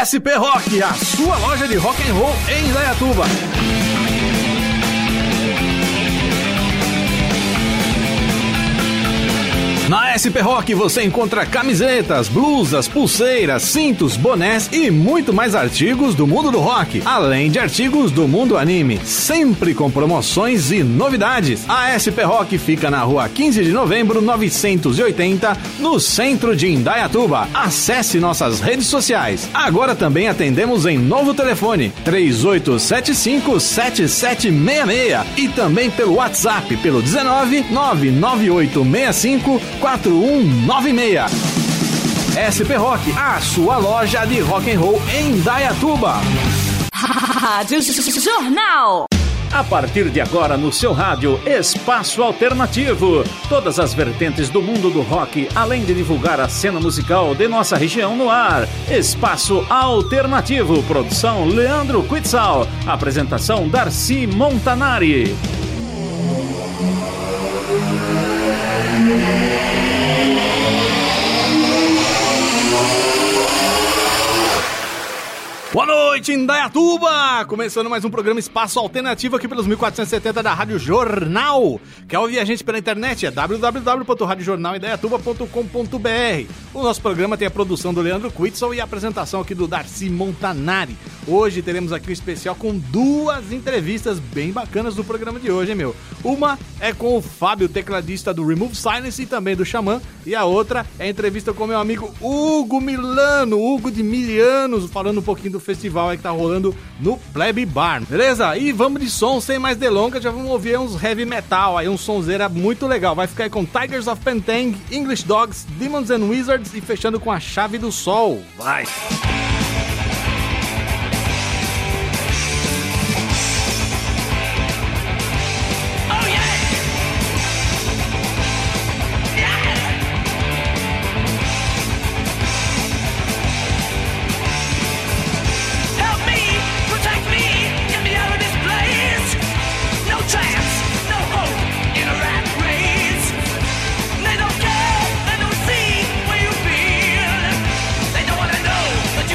SP Rock, a sua loja de rock and roll em Indaiatuba. Na SP Rock você encontra camisetas, blusas, pulseiras, cintos, bonés e muito mais artigos do mundo do rock, além de artigos do mundo anime, sempre com promoções e novidades. A SP Rock fica na rua 15 de novembro, 980, no centro de Indaiatuba. Acesse nossas redes sociais. Agora também atendemos em novo telefone, 3875-7766 e também pelo WhatsApp, pelo 19 99865 4196. SP Rock, a sua loja de rock and roll em Indaiatuba. Rádio Jornal. A partir de agora no seu rádio, Espaço Alternativo. Todas as vertentes do mundo do rock, além de divulgar a cena musical de nossa região no ar. Espaço Alternativo. Produção Leandro Quitzal. Apresentação Darcy Montanari. Boa noite, Indaiatuba! Começando mais um programa Espaço Alternativo aqui pelos 1470 da Rádio Jornal. Quer ouvir a gente pela internet? É www.radiojornalindaiatuba.com.br. O nosso programa tem a produção do Leandro Quitzal e a apresentação aqui do Darcy Montanari. Hoje teremos aqui um especial com duas entrevistas bem bacanas do programa de hoje, hein, meu? Uma é com o Fábio, tecladista do Remove Silence e também do Xamã. E a outra é a entrevista com meu amigo Hugo Milano, Hugo de Milianos, falando um pouquinho do festival aí que tá rolando no Plebe Bar, beleza? E vamos de som, sem mais delongas, já vamos ouvir uns heavy metal aí, um sonzeira muito legal. Vai ficar aí com Tigers of Pentang, English Dogs, Demons and Wizards e fechando com a Chave do Sol. Vai! They don't wanna know that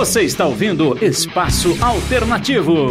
Você está ouvindo Espaço Alternativo.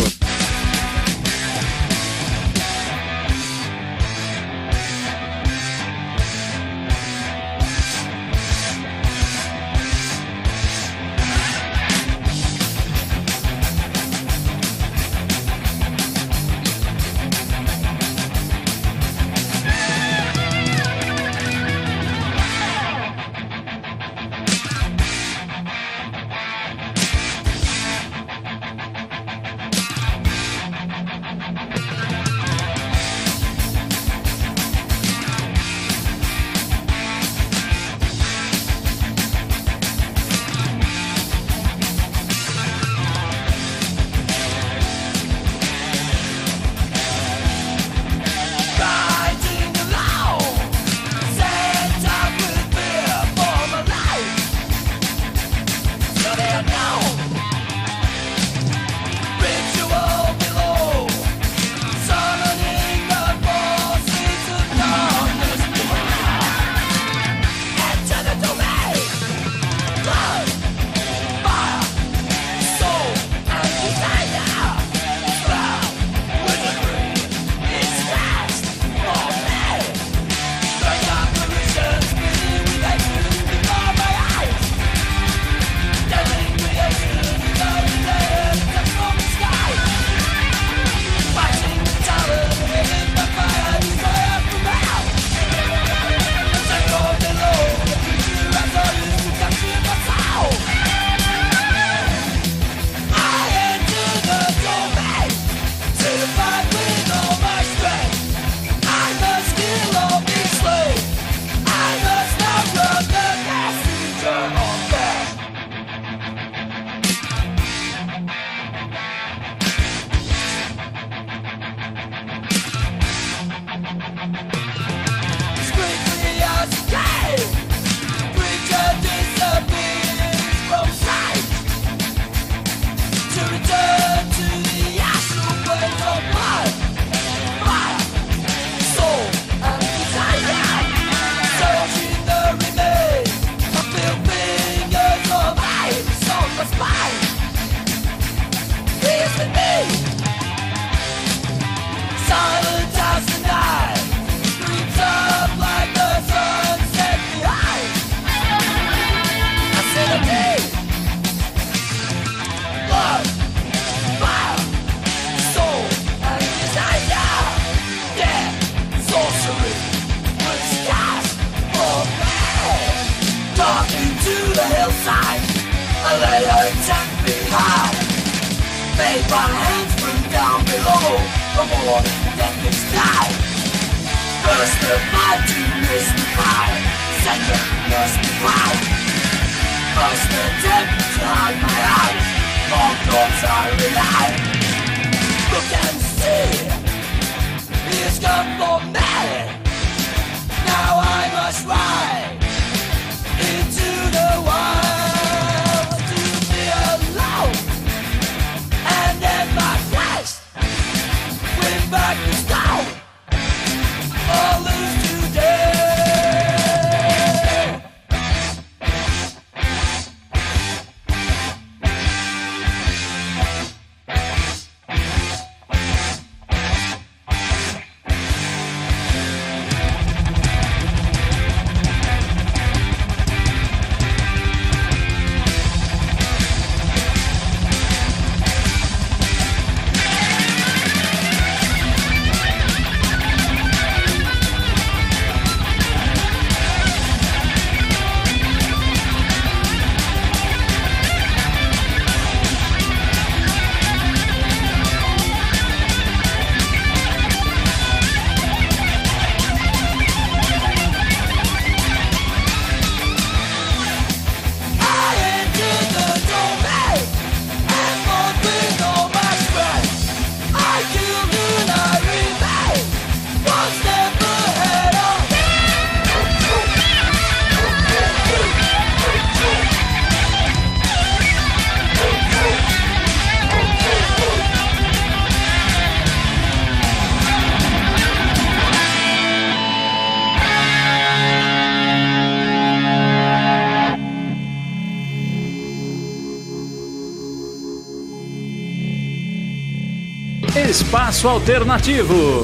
Espaço Alternativo.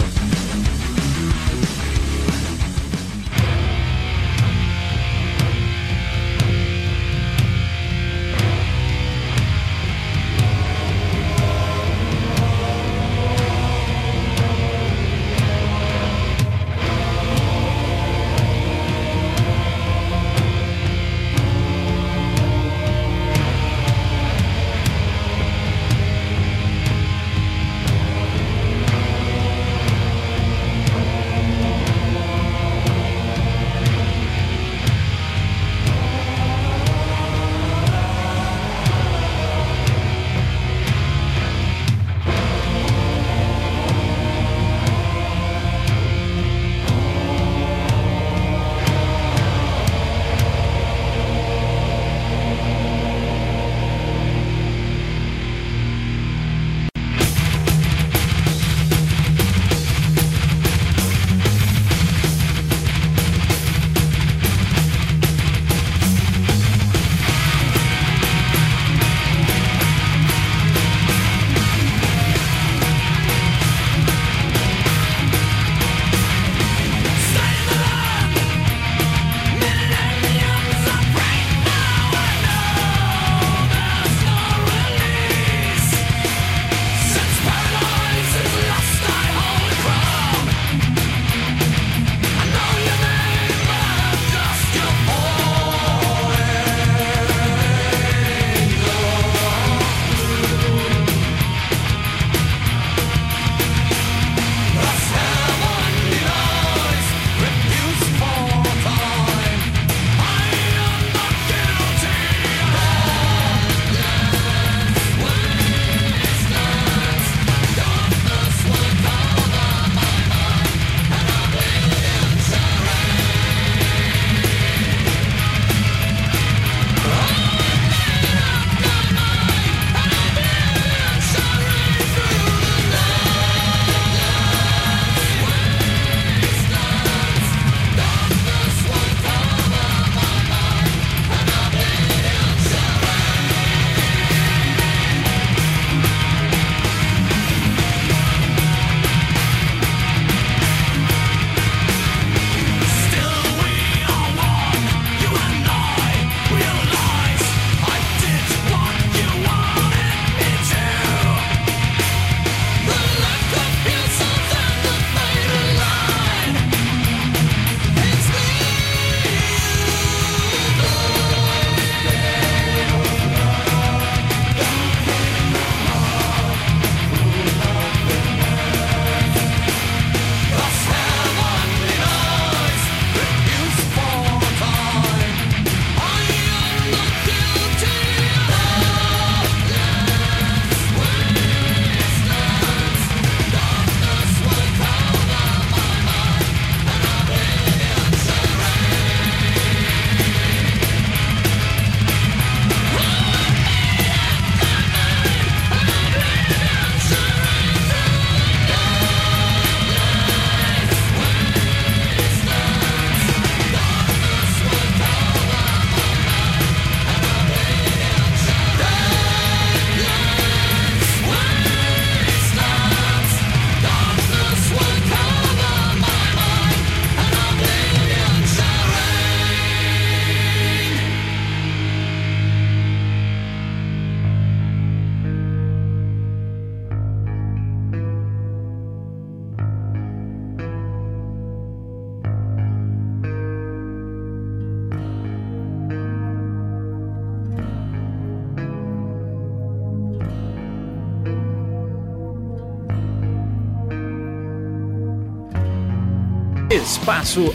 Espaço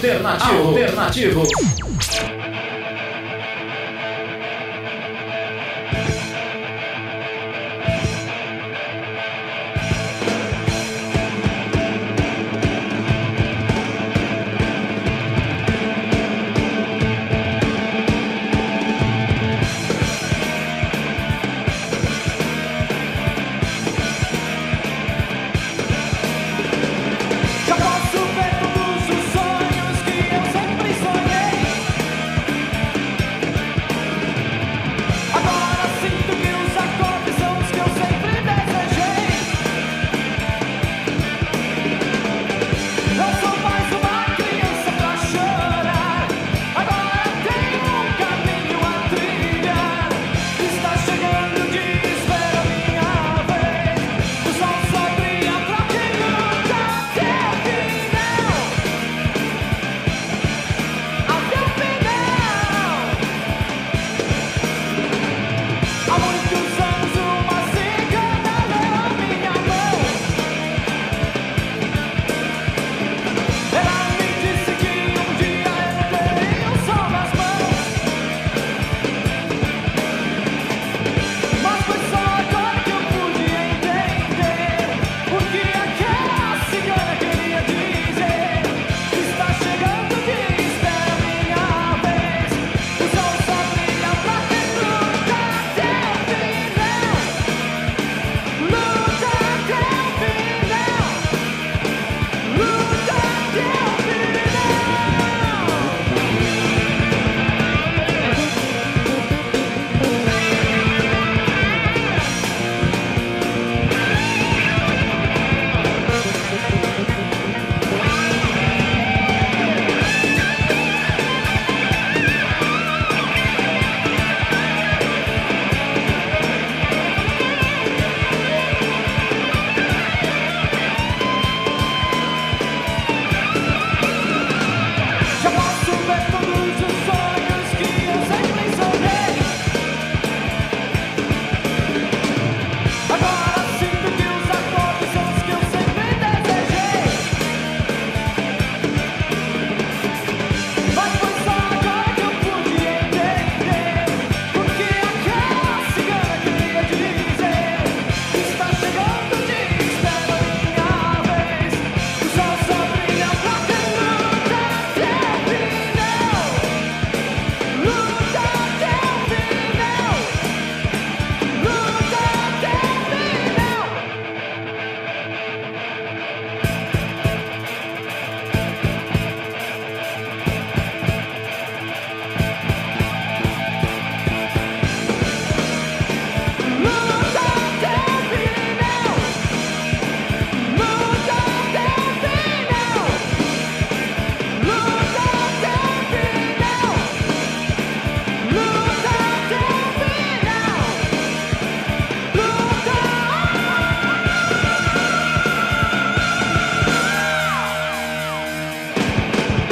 Alternativo. Já posso ver todos os sonhos que eu sempre sonhei.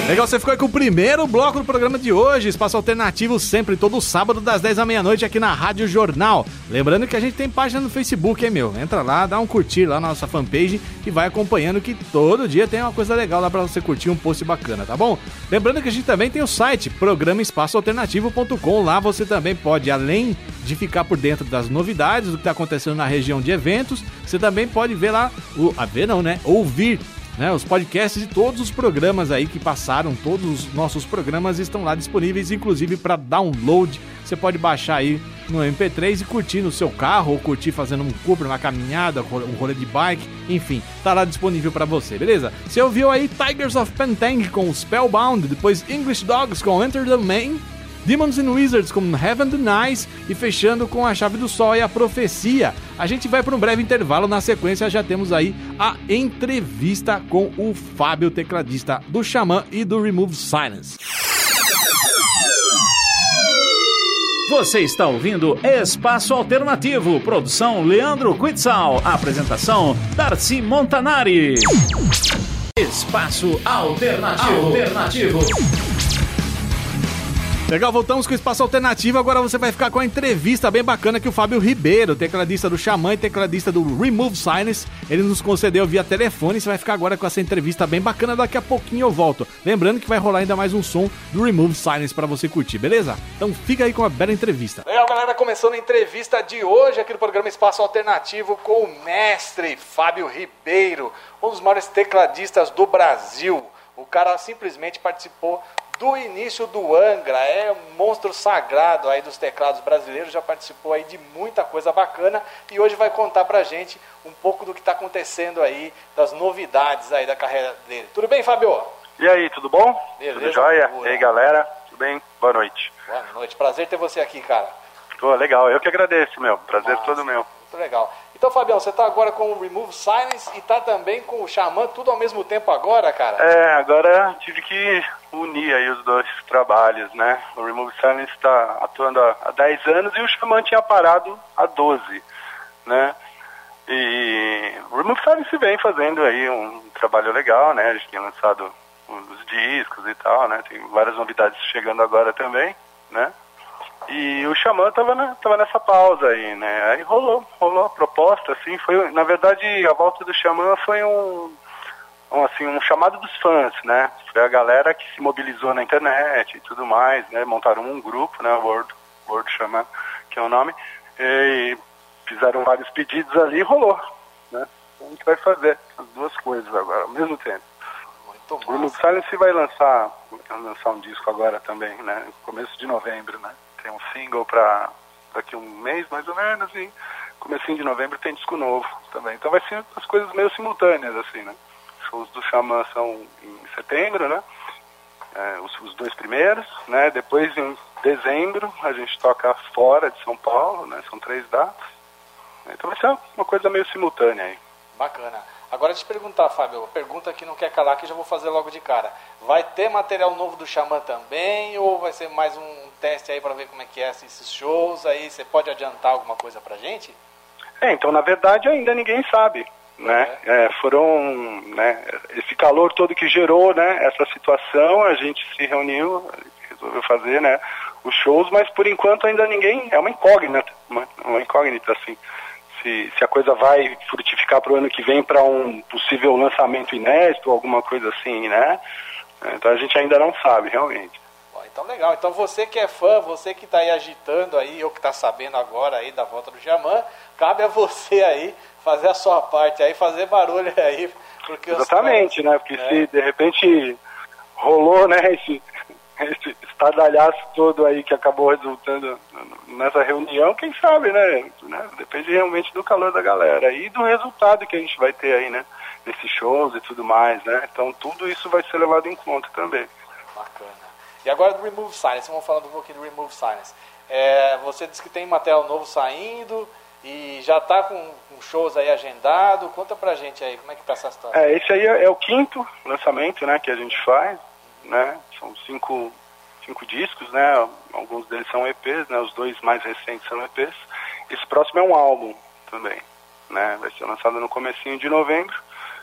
Legal, você ficou aí com o primeiro bloco do programa de hoje, Espaço Alternativo, sempre todo sábado das 10 da meia-noite aqui na Rádio Jornal. Lembrando que a gente tem página no Facebook, hein, meu? Entra lá, dá um curtir lá na nossa fanpage e vai acompanhando que todo dia tem uma coisa legal lá pra você curtir, um post bacana, tá bom? Lembrando que a gente também tem o site, programaespaçoalternativo.com. Lá você também pode, além de ficar por dentro das novidades, do que tá acontecendo na região de eventos, você também pode ver lá, ouvir, né, os podcasts de todos os programas aí que passaram, todos os nossos programas estão lá disponíveis, inclusive para download. Você pode baixar aí no MP3 e curtir no seu carro, ou curtir fazendo um Cooper, uma caminhada, um rolê de bike, enfim, tá lá disponível para você, beleza? Você ouviu aí Tigers of Pentang com Spellbound, depois English Dogs com Enter the Main, Demons and Wizards com Heaven Denies e fechando com A Chave do Sol e A Profecia. A gente vai para um breve intervalo, na sequência já temos aí a entrevista com o Fábio, tecladista do Xamã e do Remove Silence. Você está ouvindo Espaço Alternativo, produção Leandro Quitzal, apresentação Darcy Montanari. Espaço Alternativo. Legal, voltamos com o Espaço Alternativo. Agora você vai ficar com a entrevista bem bacana que o Fábio Ribeiro, tecladista do Xamã e tecladista do Remove Silence, ele nos concedeu via telefone. Você vai ficar agora com essa entrevista bem bacana. Daqui a pouquinho eu volto. Lembrando que vai rolar ainda mais um som do Remove Silence pra você curtir, beleza? Então fica aí com uma bela entrevista. Legal, galera, começando a entrevista de hoje aqui no programa Espaço Alternativo com o mestre Fábio Ribeiro, um dos maiores tecladistas do Brasil. O cara simplesmente participou do início do Angra, é um monstro sagrado aí dos teclados brasileiros, já participou aí de muita coisa bacana e hoje vai contar pra gente um pouco do que tá acontecendo aí, das novidades aí da carreira dele. Tudo bem, Fábio? E aí, tudo bom? Beleza, tudo jóia? Pura. E aí, galera, tudo bem? Boa noite. Boa noite, prazer ter você aqui, cara. Pô, legal, eu que agradeço, meu, prazer todo meu. Muito legal. Então, Fabião, você tá agora com o Remove Silence e tá também com o Xamã, tudo ao mesmo tempo agora, cara? É, agora tive que unir aí os dois trabalhos, né? O Remove Silence tá atuando há 10 anos e o Xamã tinha parado há 12, né? E o Remove Silence vem fazendo aí um trabalho legal, né? A gente tinha lançado os discos e tal, né? Tem várias novidades chegando agora também, né? E o Xamã tava nessa pausa aí, né? Aí rolou a proposta, assim, foi, na verdade, a volta do Xamã foi um chamado dos fãs, né? Foi a galera que se mobilizou na internet e tudo mais, né? Montaram um grupo, né? World Xamã, que é o nome, e fizeram vários pedidos ali e rolou, né? Então a gente vai fazer as duas coisas agora, ao mesmo tempo. Muito O Remove Silence vai lançar um disco agora também, né? No começo de novembro, né? Tem um single para daqui um mês, mais ou menos, e comecinho de novembro tem disco novo também. Então vai ser as coisas meio simultâneas, assim, né? Os shows do Xamã são em setembro, né? Os dois primeiros, né? Depois, em dezembro, a gente toca fora de São Paulo, né? São 3 datas. Então vai ser uma coisa meio simultânea aí. Bacana. Agora, deixa eu te perguntar, Fábio, pergunta que não quer calar, que eu já vou fazer logo de cara. Vai ter material novo do Xamã também, ou vai ser mais um teste aí para ver como é que é esses shows aí? Você pode adiantar alguma coisa pra gente? Então, na verdade, ainda ninguém sabe, né? Né, esse calor todo que gerou, né, essa situação, a gente se reuniu, resolveu fazer, né, os shows, mas por enquanto ainda ninguém, é uma incógnita, assim. Se a coisa vai frutificar para o ano que vem para um possível lançamento inédito, alguma coisa assim, né? Então a gente ainda não sabe, realmente. Bom, então legal. Então você que é fã, você que está aí agitando aí, ou que está sabendo agora aí da volta do Xamã, cabe a você aí fazer a sua parte aí, fazer barulho aí. Porque exatamente, né? Porque se de repente rolou, né, esse estardalhaço todo aí que acabou resultando nessa reunião, quem sabe, né? Depende realmente do calor da galera e do resultado que a gente vai ter aí, né? Nesses shows e tudo mais, né? Então tudo isso vai ser levado em conta também. Bacana. E agora do Remove Silence, vamos falando um pouquinho do Remove Silence. Você disse que tem material novo saindo e já está com shows aí agendado. Conta pra gente aí, como é que tá essa história? Esse aí é o 5º lançamento, né, que a gente faz, né? São 5 discos, né? Alguns deles são EPs, né? Os 2 mais recentes são EPs. Esse próximo é um álbum também, né? Vai ser lançado no comecinho de novembro.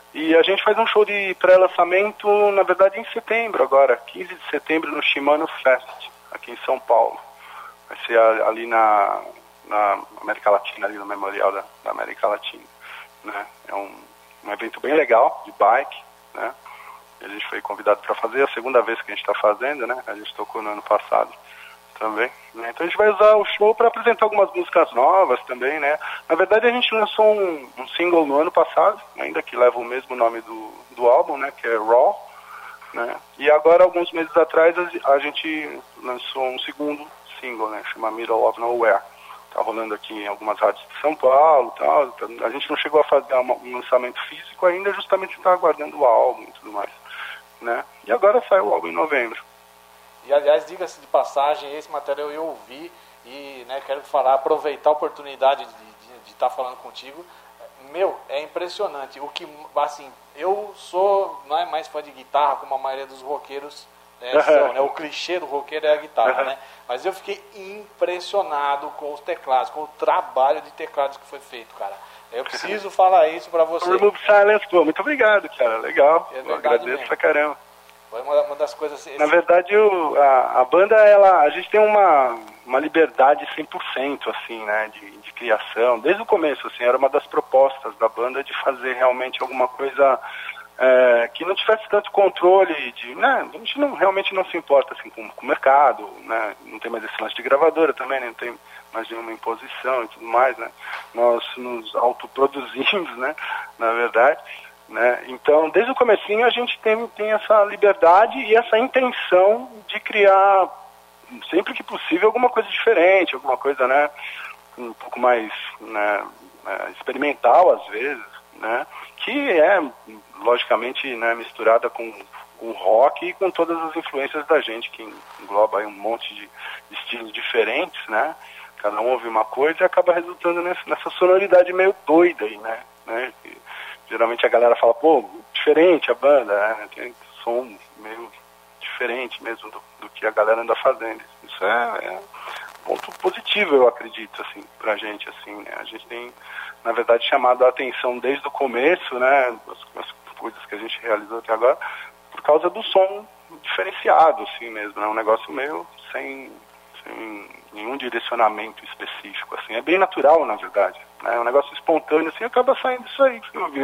E a gente faz um show de pré-lançamento, na verdade, em setembro agora, 15 de setembro, no Shimano Fest, aqui em São Paulo. Vai ser ali na América Latina, ali no Memorial da América Latina, né? É um evento bem legal, de bike, né? A gente foi convidado para fazer, a segunda vez que a gente está fazendo, né? A gente tocou no ano passado também, né? Então a gente vai usar o show para apresentar algumas músicas novas também, né? Na verdade a gente lançou um single no ano passado, ainda que leva o mesmo nome do álbum, né? Que é Raw, né? E agora, alguns meses atrás, a gente lançou um segundo single, né? Chama Middle of Nowhere. Tá rolando aqui em algumas rádios de São Paulo e tal. A gente não chegou a fazer um lançamento físico ainda, justamente está aguardando o álbum e tudo mais, né? E agora sai o álbum em novembro. E, aliás, diga-se de passagem, esse material eu ouvi e, né, quero aproveitar a oportunidade de estar falando contigo. Meu, é impressionante. O que, assim, eu não é mais fã de guitarra, como a maioria dos roqueiros são, né? O clichê do roqueiro é a guitarra, né? Mas eu fiquei impressionado com os teclados, com o trabalho de teclados que foi feito, cara. Eu preciso falar isso pra você. O Remove Silence, pô, muito obrigado, cara. Legal. Eu agradeço mesmo. Pra caramba. Foi uma das coisas... Na verdade, a banda, a gente tem uma liberdade 100%, assim, né, de criação. Desde o começo, assim, era uma das propostas da banda de fazer realmente alguma coisa que não tivesse tanto controle, né, a gente realmente não se importa, assim, com o mercado, né, não tem mais esse lance de gravadora também, né, não tem mais nenhuma imposição e tudo mais, né. Nós nos autoproduzimos, né, na verdade. Né? Então, desde o comecinho a gente tem essa liberdade e essa intenção de criar, sempre que possível, alguma coisa diferente, alguma coisa, né, um pouco mais, né, experimental às vezes, né, que é, logicamente, né, misturada com rock e com todas as influências da gente, que engloba aí um monte de estilos diferentes, né, cada um ouve uma coisa e acaba resultando nessa sonoridade meio doida aí, né. Geralmente a galera fala, pô, diferente a banda, né? Tem som meio diferente mesmo do que a galera anda fazendo. Isso é um ponto positivo, eu acredito, assim, pra gente, assim, né? A gente tem, na verdade, chamado a atenção desde o começo, né, as coisas que a gente realizou até agora, por causa do som diferenciado, assim mesmo, né? Um negócio meio sem nenhum direcionamento específico, assim. É bem natural, na verdade. É um negócio espontâneo, assim, acaba saindo isso aí, você não viu?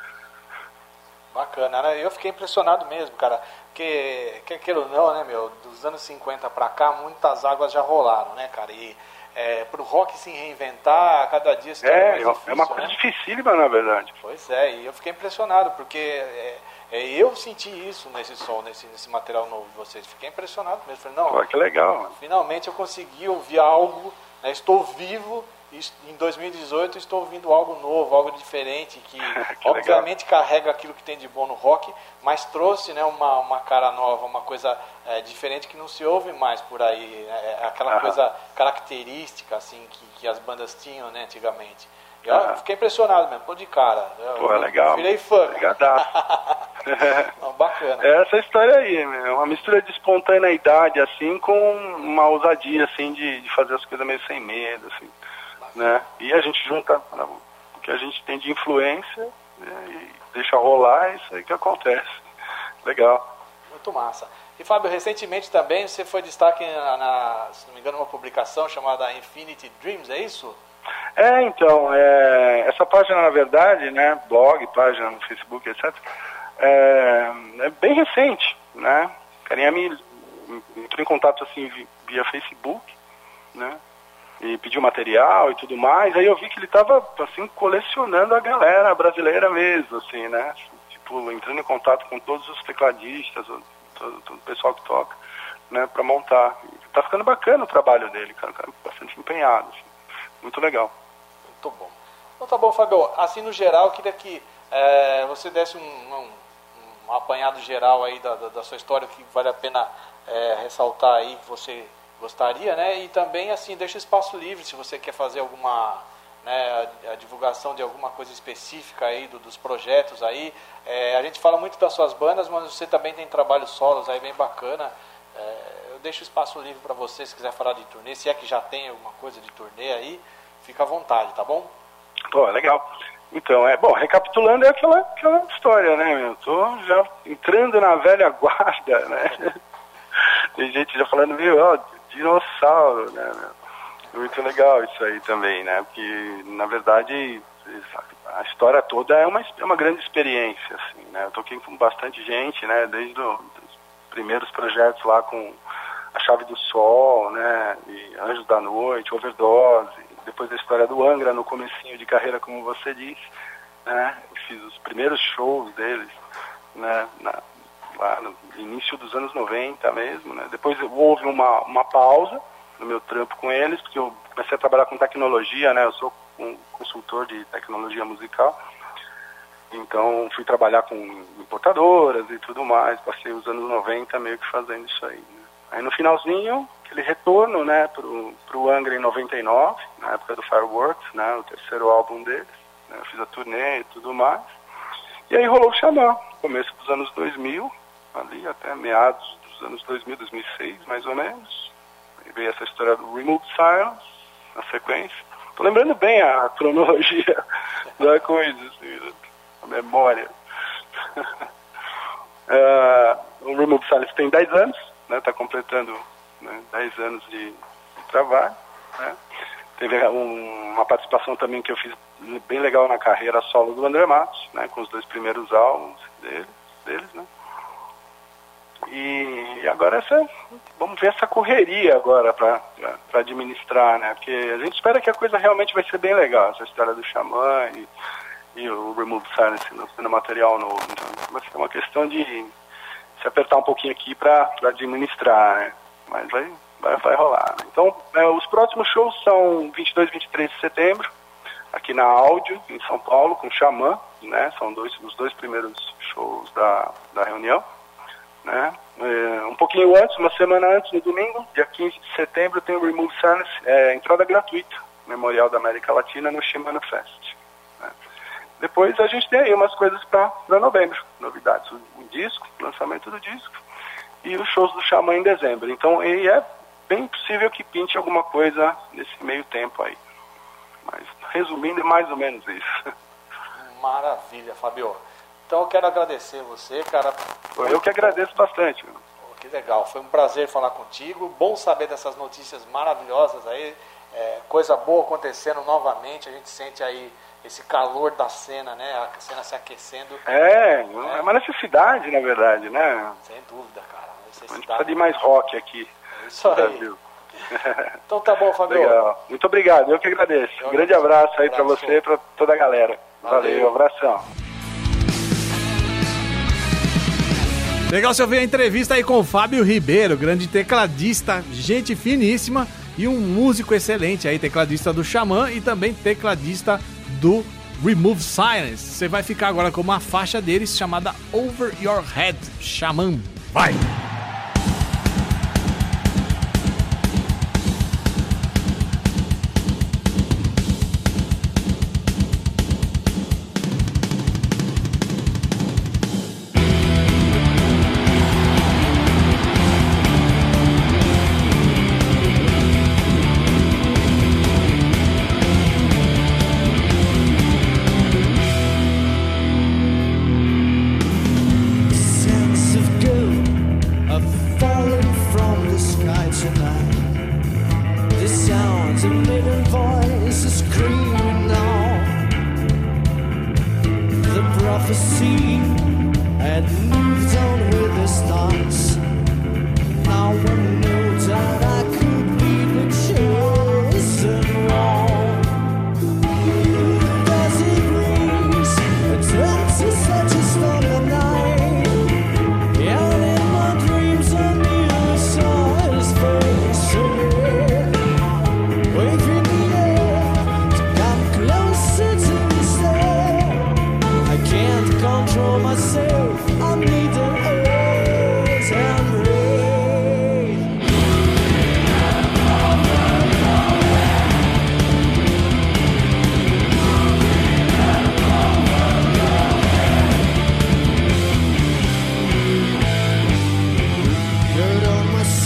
Bacana, né? Eu fiquei impressionado mesmo, cara, porque, quer queira ou não, né, meu, dos anos 50 pra cá, muitas águas já rolaram, né, cara, e pro rock se reinventar, a cada dia se torna mais difícil, é uma coisa dificílima, na verdade. Pois é, e eu fiquei impressionado, porque eu senti isso nesse som, nesse material novo de vocês, fiquei impressionado mesmo, falei, não, pô, que legal, mano. Finalmente eu consegui ouvir algo, né, estou vivo. Em 2018 estou ouvindo algo novo, algo diferente, que obviamente carrega aquilo que tem de bom no rock, mas trouxe, né, uma cara nova, uma coisa diferente que não se ouve mais por aí, aquela coisa característica assim, que as bandas tinham, né, antigamente. Eu fiquei impressionado mesmo, tô de cara. Pô, é legal. Virei fã. Bacana. É essa história aí, é uma mistura de espontaneidade, assim, com uma ousadia, assim, de fazer as coisas meio sem medo, assim. Né? E a gente junta o que a gente tem de influência, né, e deixa rolar, é isso aí que acontece. Legal. Muito massa. E Fábio, recentemente também você foi destaque se não me engano, uma publicação chamada Infinity Dreams, é isso? Então, essa página, na verdade, né, blog, página no Facebook, etc., é bem recente, né? O carinha me entrou em contato assim via Facebook, né? E pediu material e tudo mais, aí eu vi que ele estava, assim, colecionando a galera brasileira mesmo, assim, né, tipo, entrando em contato com todos os tecladistas, todo o pessoal que toca, né, para montar. E tá ficando bacana o trabalho dele, cara, bastante empenhado, assim, muito legal. Muito bom. Então tá bom, Fábio, assim, no geral, eu queria que você desse um apanhado geral aí da sua história, que vale a pena ressaltar aí, que você gostaria, né? E também, assim, deixa espaço livre se você quer fazer alguma, né, a divulgação de alguma coisa específica aí dos projetos aí. A gente fala muito das suas bandas, mas você também tem trabalhos solos aí bem bacana. Eu deixo espaço livre para você, se quiser falar de turnê, se é que já tem alguma coisa de turnê aí, fica à vontade, tá bom? Pô, legal. Então, recapitulando, é aquela história, né, meu? Tô já entrando na velha guarda, né? Tem gente já falando, dinossauro, né, meu? Muito legal isso aí também, né? Porque, na verdade, a história toda é uma grande experiência, assim, né? Eu toquei com bastante gente, né? Desde os primeiros projetos lá com A Chave do Sol, né? E Anjos da Noite, Overdose, depois da história do Angra no comecinho de carreira, como você disse, né? Eu fiz os primeiros shows deles, né? Lá no início dos anos 90 mesmo, né? Depois houve uma pausa no meu trampo com eles, porque eu comecei a trabalhar com tecnologia, né? Eu sou um consultor de tecnologia musical, então fui trabalhar com importadoras e tudo mais, passei os anos 90 meio que fazendo isso aí, né? Aí no finalzinho, aquele retorno, né, pro Angra em 99, na época do Fireworks, né, o terceiro álbum deles, né? Eu fiz a turnê e tudo mais, e aí rolou o Xamã, começo dos anos 2000, ali até meados dos anos 2000, 2006, mais ou menos. Aí veio essa história do Remove Silence, na sequência. Tô lembrando bem a cronologia da coisa, assim, a memória. O Remove Silence tem 10 anos, né, tá completando, né, 10 anos de trabalho, né. Teve uma participação também que eu fiz bem legal na carreira solo do André Matos, né, com os 2 primeiros álbuns deles, né. E agora vamos ver essa correria agora para administrar, né? Porque a gente espera que a coisa realmente vai ser bem legal, essa história do Xamã e o Remove Silence no material novo. Então vai ser uma questão de se apertar um pouquinho aqui para administrar, né? Mas vai rolar. Então, os próximos shows são 22 e 23 de setembro, aqui na Áudio, em São Paulo, com o Xamã, né? São os 2 primeiros shows da reunião, né? Um pouquinho antes, uma semana antes, no domingo, dia 15 de setembro, tem o Remove Silence, entrada gratuita, Memorial da América Latina, no Shimano Fest, né? Depois a gente tem aí umas coisas para novembro, novidades, o disco, lançamento do disco, e os shows do Xamã em dezembro. Então, e é bem possível que pinte alguma coisa nesse meio tempo aí. Mas, resumindo, é mais ou menos isso. Maravilha, Fabio. Então eu quero agradecer você, cara. Eu que agradeço bastante. Que legal, foi um prazer falar contigo. Bom saber dessas notícias maravilhosas aí. Coisa boa acontecendo novamente. A gente sente aí esse calor da cena, né? A cena se aquecendo. É uma necessidade, na verdade, né? Sem dúvida, cara. A gente precisa de mais rock aqui. É isso aí. Então tá bom, Fabio. Legal. Muito obrigado, eu que agradeço. Um grande abraço aí para você e para toda a galera. Valeu, abração. Legal você ouvir a entrevista aí com o Fábio Ribeiro, grande tecladista, gente finíssima e um músico excelente aí, tecladista do Xamã e também tecladista do Remove Silence. Você vai ficar agora com uma faixa deles chamada Over Your Head, Xamã. Vai!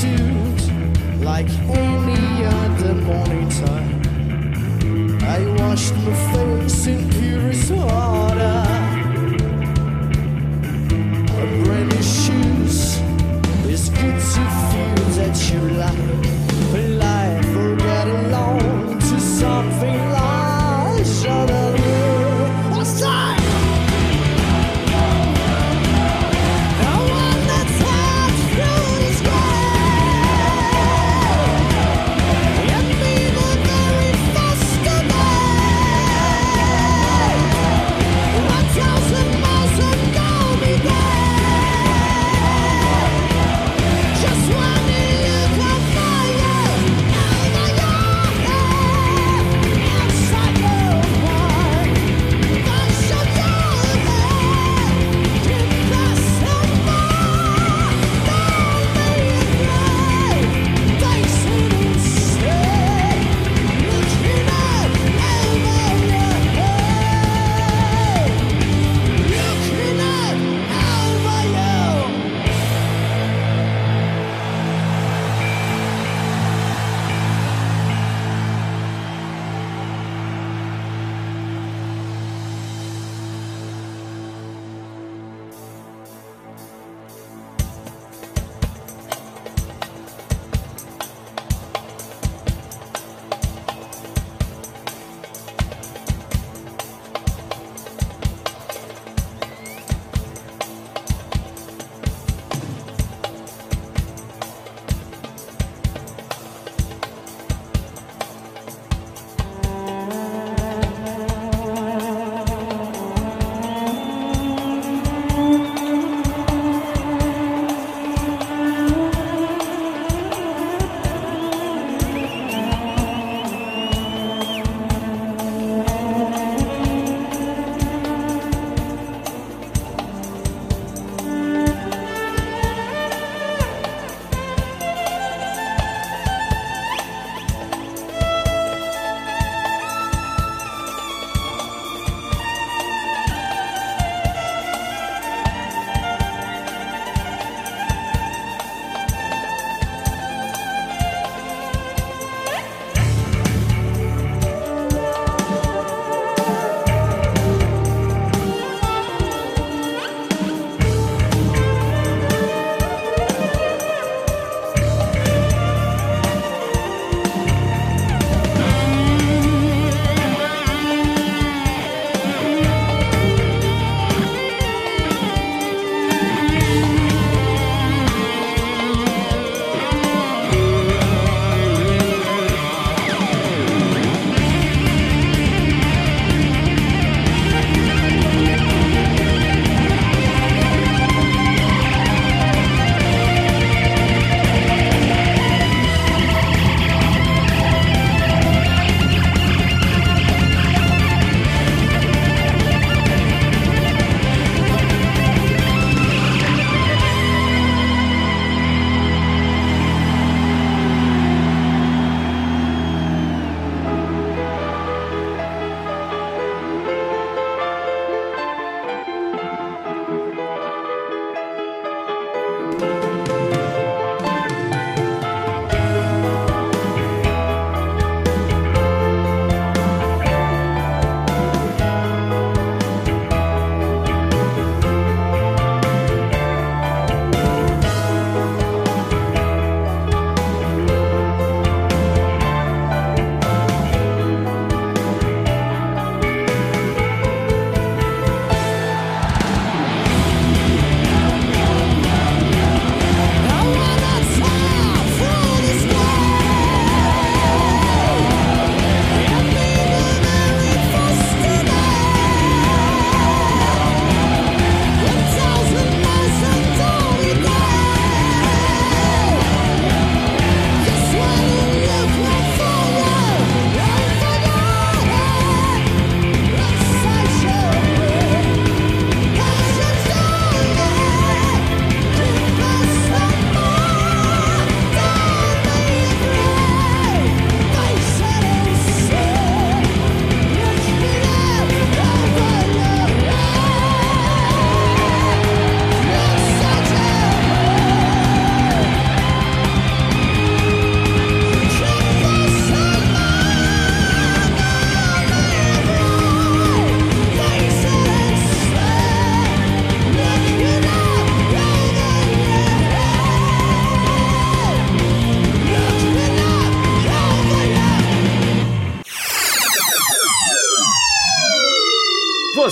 like any other morning time. I want washed my face in purest water. Brand new shoes, biscuits and fields that you like. Life will get along to something like shut up. What's time? Just one look on fire.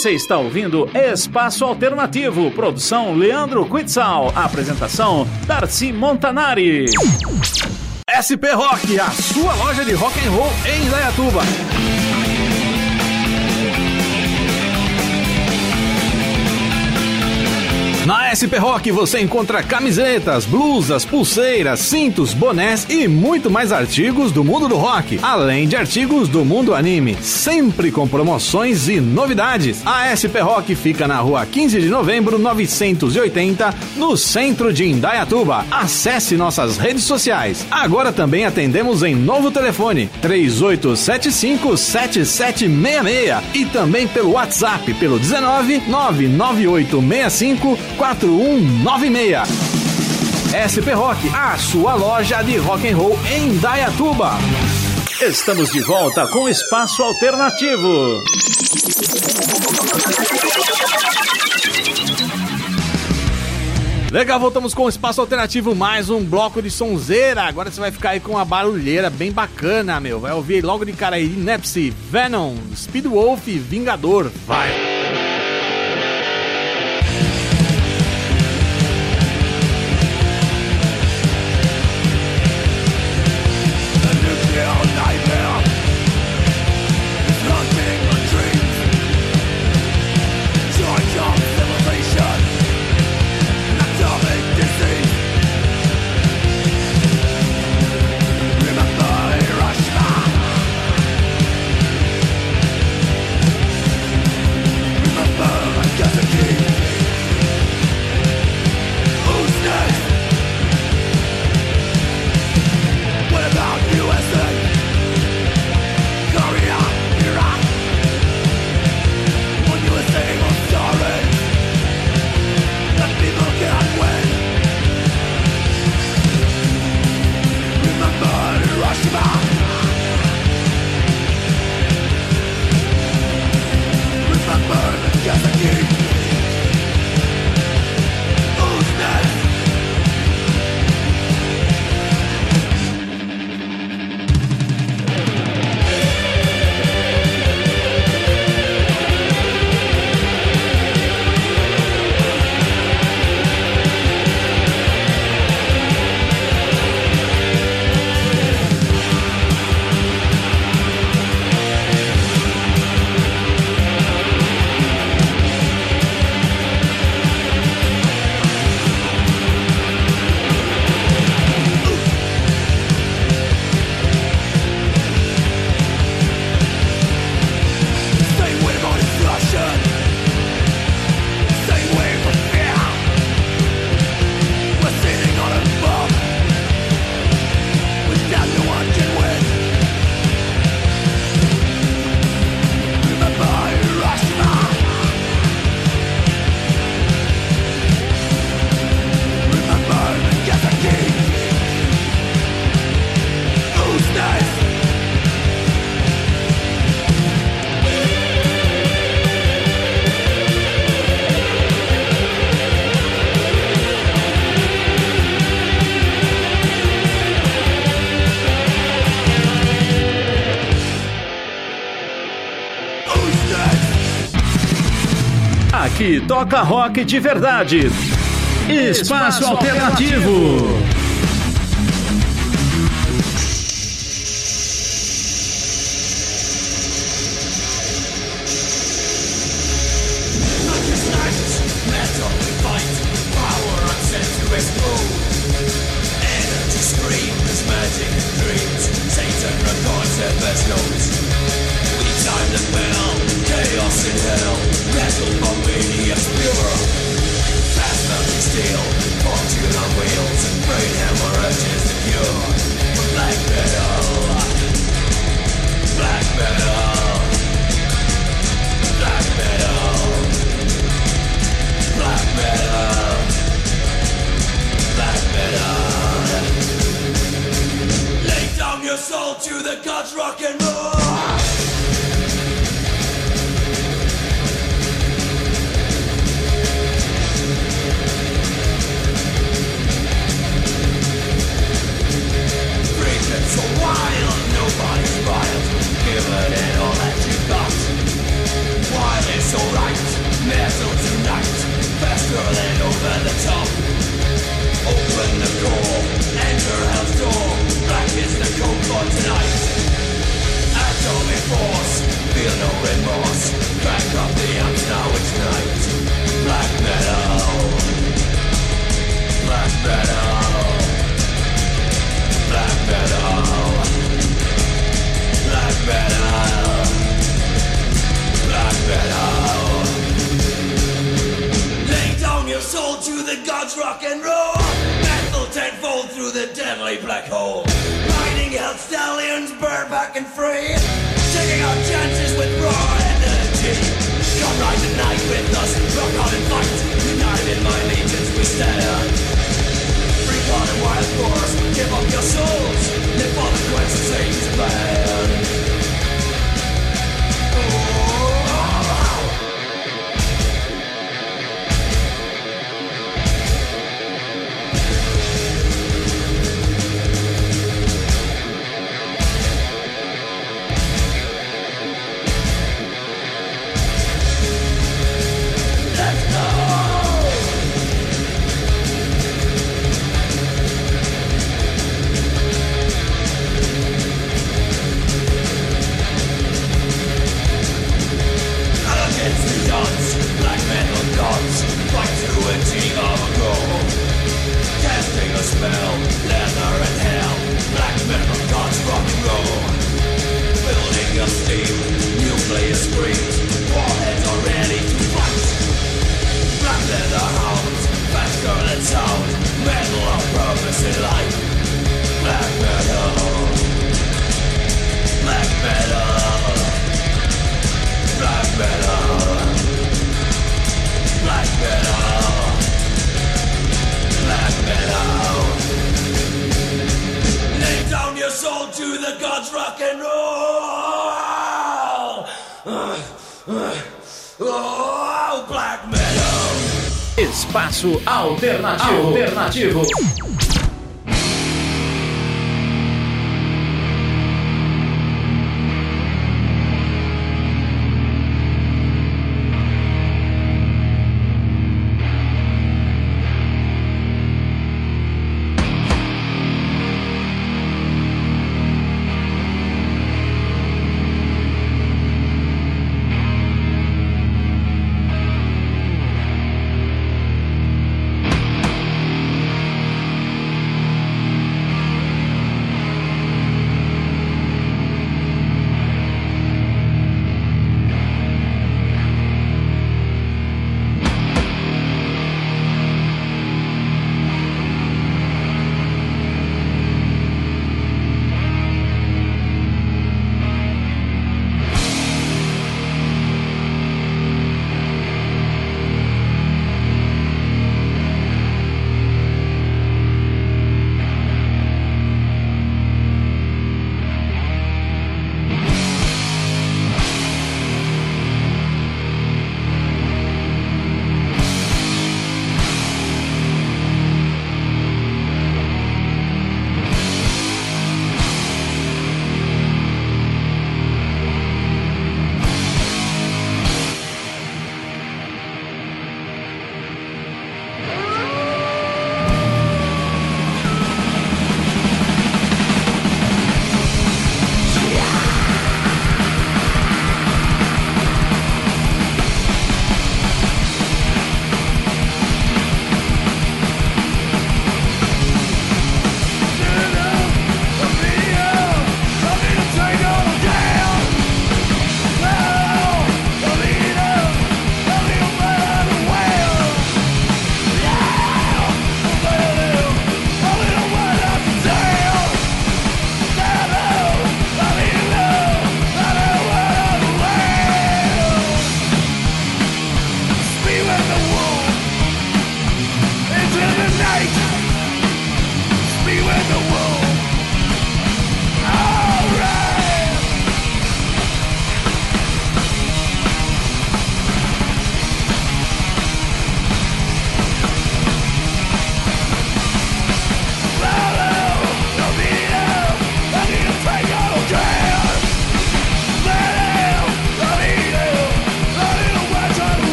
Você está ouvindo Espaço Alternativo, produção Leandro Quitzal, apresentação Darcy Montanari. SP Rock, a sua loja de rock and roll em Indaiatuba. Na SP Rock você encontra camisetas, blusas, pulseiras, cintos, bonés e muito mais artigos do mundo do rock, além de artigos do mundo anime, sempre com promoções e novidades. A SP Rock fica na rua 15 de novembro 980, no centro de Indaiatuba. Acesse nossas redes sociais. Agora também atendemos em novo telefone 3875-7766 e também pelo WhatsApp pelo 19 99865 4196. SP Rock, a sua loja de rock and roll em Indaiatuba. Estamos de volta com Espaço Alternativo. Legal, voltamos com o Espaço Alternativo, mais um bloco de sonzeira. Agora você vai ficar aí com uma barulheira bem bacana, meu. Vai ouvir logo de cara aí Nepsi, Venom, Speedwolf, Vingador. Vai! Aqui toca rock de verdade. Espaço Alternativo. Give it all that you got. While it's alright. God's rock and roll. Metal tenfold through the deadly black hole. Riding hell stallions, bareback and free. Taking our chances with raw energy. Come ride the night with us, rock on and fight. United in my legions we stand. Free God and wild force, give up your souls. Live for the quest of Satan's plan. Spell, leather and hell, black metal gods rock and roll. Building a steam, nuclear screams, warheads are ready to fight. Black leather hounds, faster than sound, metal of purpose in life. Black metal, black metal, black metal, black metal. Black metal. Lay down your soul to the gods rock and roll. Oh, black metal. Espaço Alternativo.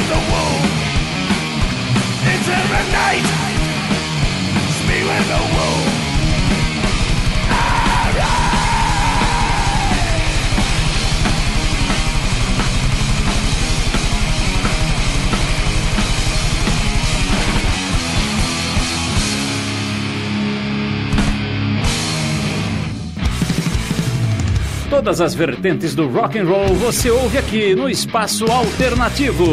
the womb. Into the night. Speak with the womb. Todas as vertentes do rock and roll você ouve aqui no Espaço Alternativo.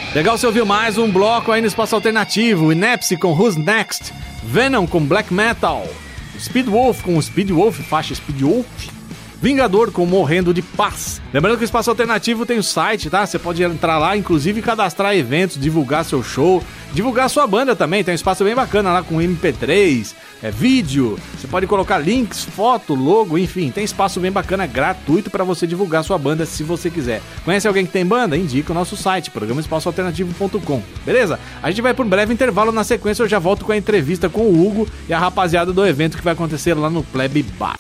Legal, você ouviu mais um bloco aí no Espaço Alternativo. Inepsy com Who's Next, Venom com Black Metal, Speedwolf com Speedwolf, faixa Speedwolf, Vingador com Morrendo de Paz. Lembrando que o Espaço Alternativo tem o site, tá? Você pode entrar lá, inclusive cadastrar eventos, divulgar seu show, divulgar sua banda também. Tem um espaço bem bacana lá com MP3, vídeo. Você pode colocar links, foto, logo, enfim. Tem espaço bem bacana, gratuito para você divulgar sua banda se você quiser. Conhece alguém que tem banda? Indica o nosso site, programaespaçoalternativo.com. Beleza? A gente vai por um breve intervalo. Na sequência eu já volto com a entrevista com o Hugo e a rapaziada do evento que vai acontecer lá no Plebe Bar.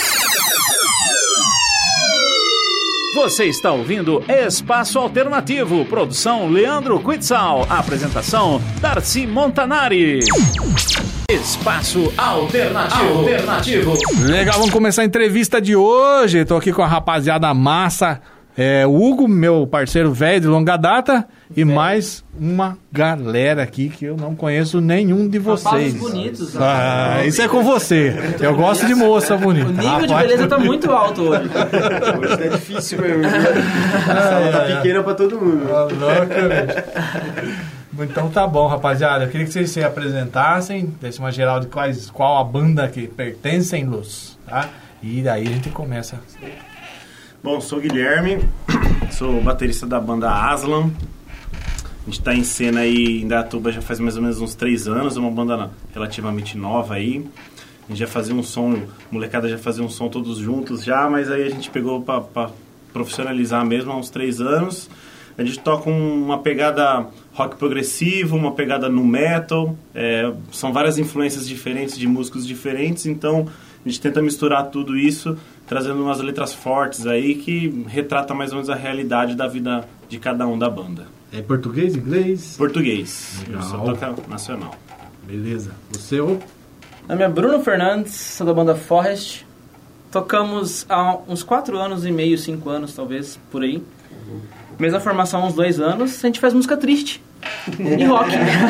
Você está ouvindo Espaço Alternativo, produção Leandro Quitzal, apresentação Darcy Montanari. Espaço Alternativo. Legal, vamos começar a entrevista de hoje. Estou aqui com a rapaziada massa, o Hugo, meu parceiro velho de longa data, e mais uma galera aqui que eu não conheço nenhum de vocês. Bonitos. Isso é com você. Eu gosto de moça bonita. O nível de beleza tá muito alto hoje. Hoje tá difícil mesmo. Tá pequena pra todo mundo. Então tá bom, rapaziada. Eu queria que vocês se apresentassem, desse uma geral de qual a banda que pertencem-los, tá? E daí a gente começa. Bom, sou o Guilherme, sou baterista da banda Aslan. A gente tá em cena aí em Dayatuba já faz mais ou menos uns 3 anos, é uma banda relativamente nova aí. A gente já fazia um som, molecada já fazia um som todos juntos já, mas aí a gente pegou pra profissionalizar mesmo há uns 3 anos. A gente toca uma pegada rock progressivo, uma pegada nu metal, são várias influências diferentes de músicos diferentes, então a gente tenta misturar tudo isso, trazendo umas letras fortes aí que retrata mais ou menos a realidade da vida de cada um da banda. É português, inglês? Português. Legal. Só toca nacional. Beleza. Você, ô? Meu nome é Bruno Fernandes, sou da banda Forest. Tocamos há uns 4 anos e meio, 5 anos talvez, por aí. Mesma formação há uns 2 anos, a gente faz música triste e rock.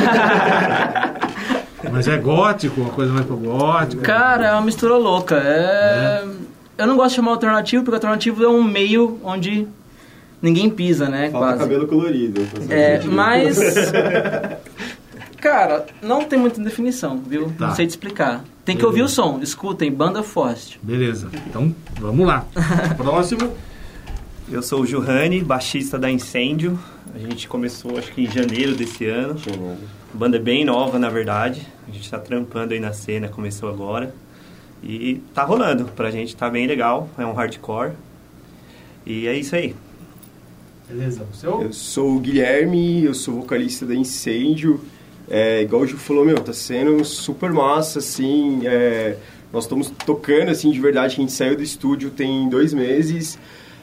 Mas é gótico, uma coisa mais pro gótico? Cara, é uma mistura louca. Eu não gosto de chamar alternativo, porque alternativo é um meio onde ninguém pisa, né? Falta quase. cabelo colorido. Mas... Cara, não tem muita definição, viu? Tá. Não sei te explicar. Tem que ouvir o som. Escutem, Banda Forest. Beleza. Então, vamos lá. Próximo. Eu sou o Juhani, baixista da Incêndio. A gente começou, acho que em janeiro desse ano. A banda é bem nova, na verdade. A gente tá trampando aí na cena, começou agora. E tá rolando. Pra gente tá bem legal. É um hardcore. E é isso aí. Beleza. Eu sou o Guilherme, eu sou vocalista da Incêndio. Igual o Ju falou, tá sendo super massa, assim. Nós estamos tocando, assim, de verdade. A gente saiu do estúdio tem 2 meses.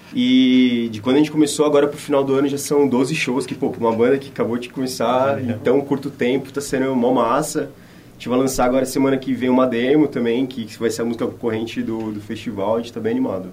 E de quando a gente começou agora pro final do ano já são 12 shows, que, pô, uma banda que acabou de começar em tão curto tempo, tá sendo mó massa. A gente vai lançar agora semana que vem uma demo também, que vai ser a música concorrente do festival, a gente tá bem animado.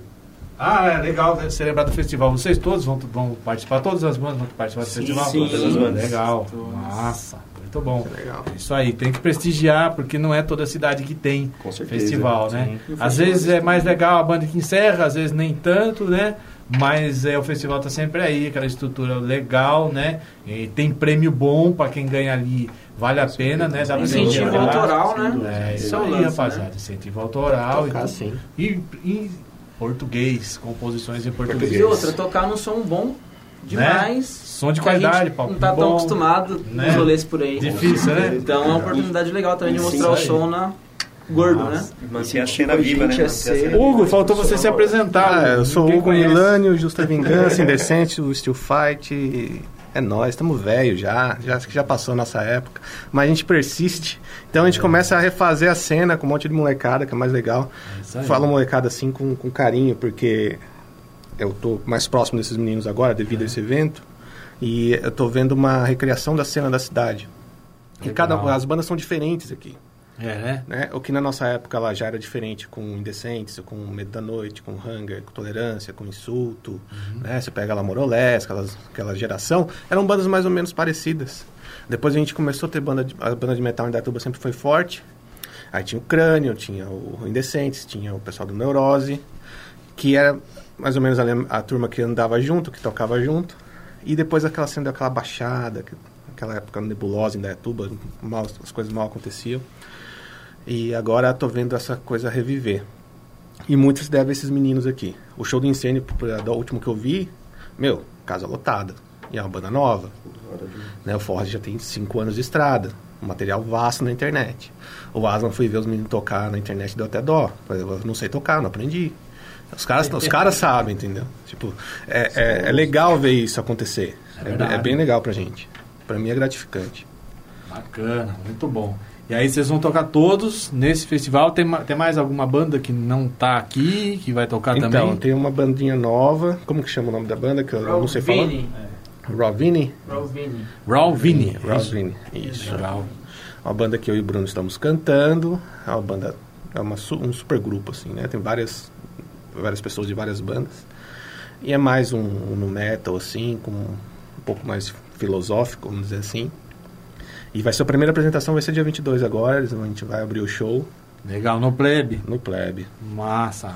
Legal celebrar do festival. Vocês todos vão participar, todas as bandas vão participar do festival? Sim, todas as bandas. Legal, massa, muito bom. Legal. Isso aí, tem que prestigiar, porque não é toda cidade que tem Com certeza. festival, né? Sim. Às vezes é mais legal a banda que encerra, às vezes nem tanto, né? Mas o festival tá sempre aí, aquela estrutura legal, né? E tem prêmio bom para quem ganha ali, vale a pena, né? Dá pra Incentivo jogar. autoral, né? Isso é o aí, lance, rapaziada. né? Incentivo autoral. Tocar, sim. E em português, composições em português. E outra, tocar num som bom demais. Som de que a gente qualidade, palco não tá bom, tão acostumado né? nos rolês por aí. Difícil, né? Então é uma oportunidade legal também de Sim, mostrar o isso aí. som na gordo, né? Manter a cena viva, né? Hugo, faltou você se apresentar. Eu sou o Ninguém Hugo conhece. Milânio, Justa Vingança, Indecente, o Steel Fight. É nóis, estamos velhos acho que já passou a nossa época, mas a gente persiste. Então a gente começa a refazer a cena com um monte de molecada, que é mais legal. Falo molecada assim com carinho, porque eu tô mais próximo desses meninos agora, devido a esse evento, e eu tô vendo uma recriação da cena da cidade. E as bandas são diferentes aqui. Né? O que na nossa época ela já era diferente, com Indecentes, com Medo da Noite, com Hunger, com Tolerância, com Insulto, né? Você pega lá Morolés, aquela geração, eram bandas mais ou menos parecidas. Depois a gente começou a ter a banda de metal em Dayatuba sempre foi forte. Aí tinha o Crânio, tinha o Indecentes, tinha o pessoal do Neurose, que era mais ou menos a turma que andava junto, que tocava junto. E depois aquela cena deu aquela baixada, aquela época nebulosa em Indaiatuba, as coisas mal aconteciam. E agora tô vendo essa coisa reviver. E muito se deve a esses meninos aqui. O show do Incêndio, do último que eu vi, casa lotada. E é uma banda nova. Né? O Forrest já tem 5 anos de estrada. Um material vasto na internet. O Aslan foi ver os meninos tocar na internet, deu até dó. Eu não sei tocar, não aprendi. Os caras sabem, entendeu? Tipo, é legal ver isso acontecer. É bem legal pra gente. Pra mim é gratificante. Bacana, muito bom. E aí vocês vão tocar todos nesse festival. Tem mais alguma banda que não tá aqui, que vai tocar também? Então, tem uma bandinha nova. Como que chama o nome da banda? Que eu não sei falar. Rawvini. Isso. Legal. Uma banda que eu e o Bruno estamos cantando. É uma banda, um super grupo, assim, né? Tem várias pessoas de várias bandas. E é mais um nu metal, assim, com um pouco mais filosófico, vamos dizer assim. E a primeira apresentação vai ser dia 22 agora, a gente vai abrir o show. Legal, no Plebe? No Plebe. Massa.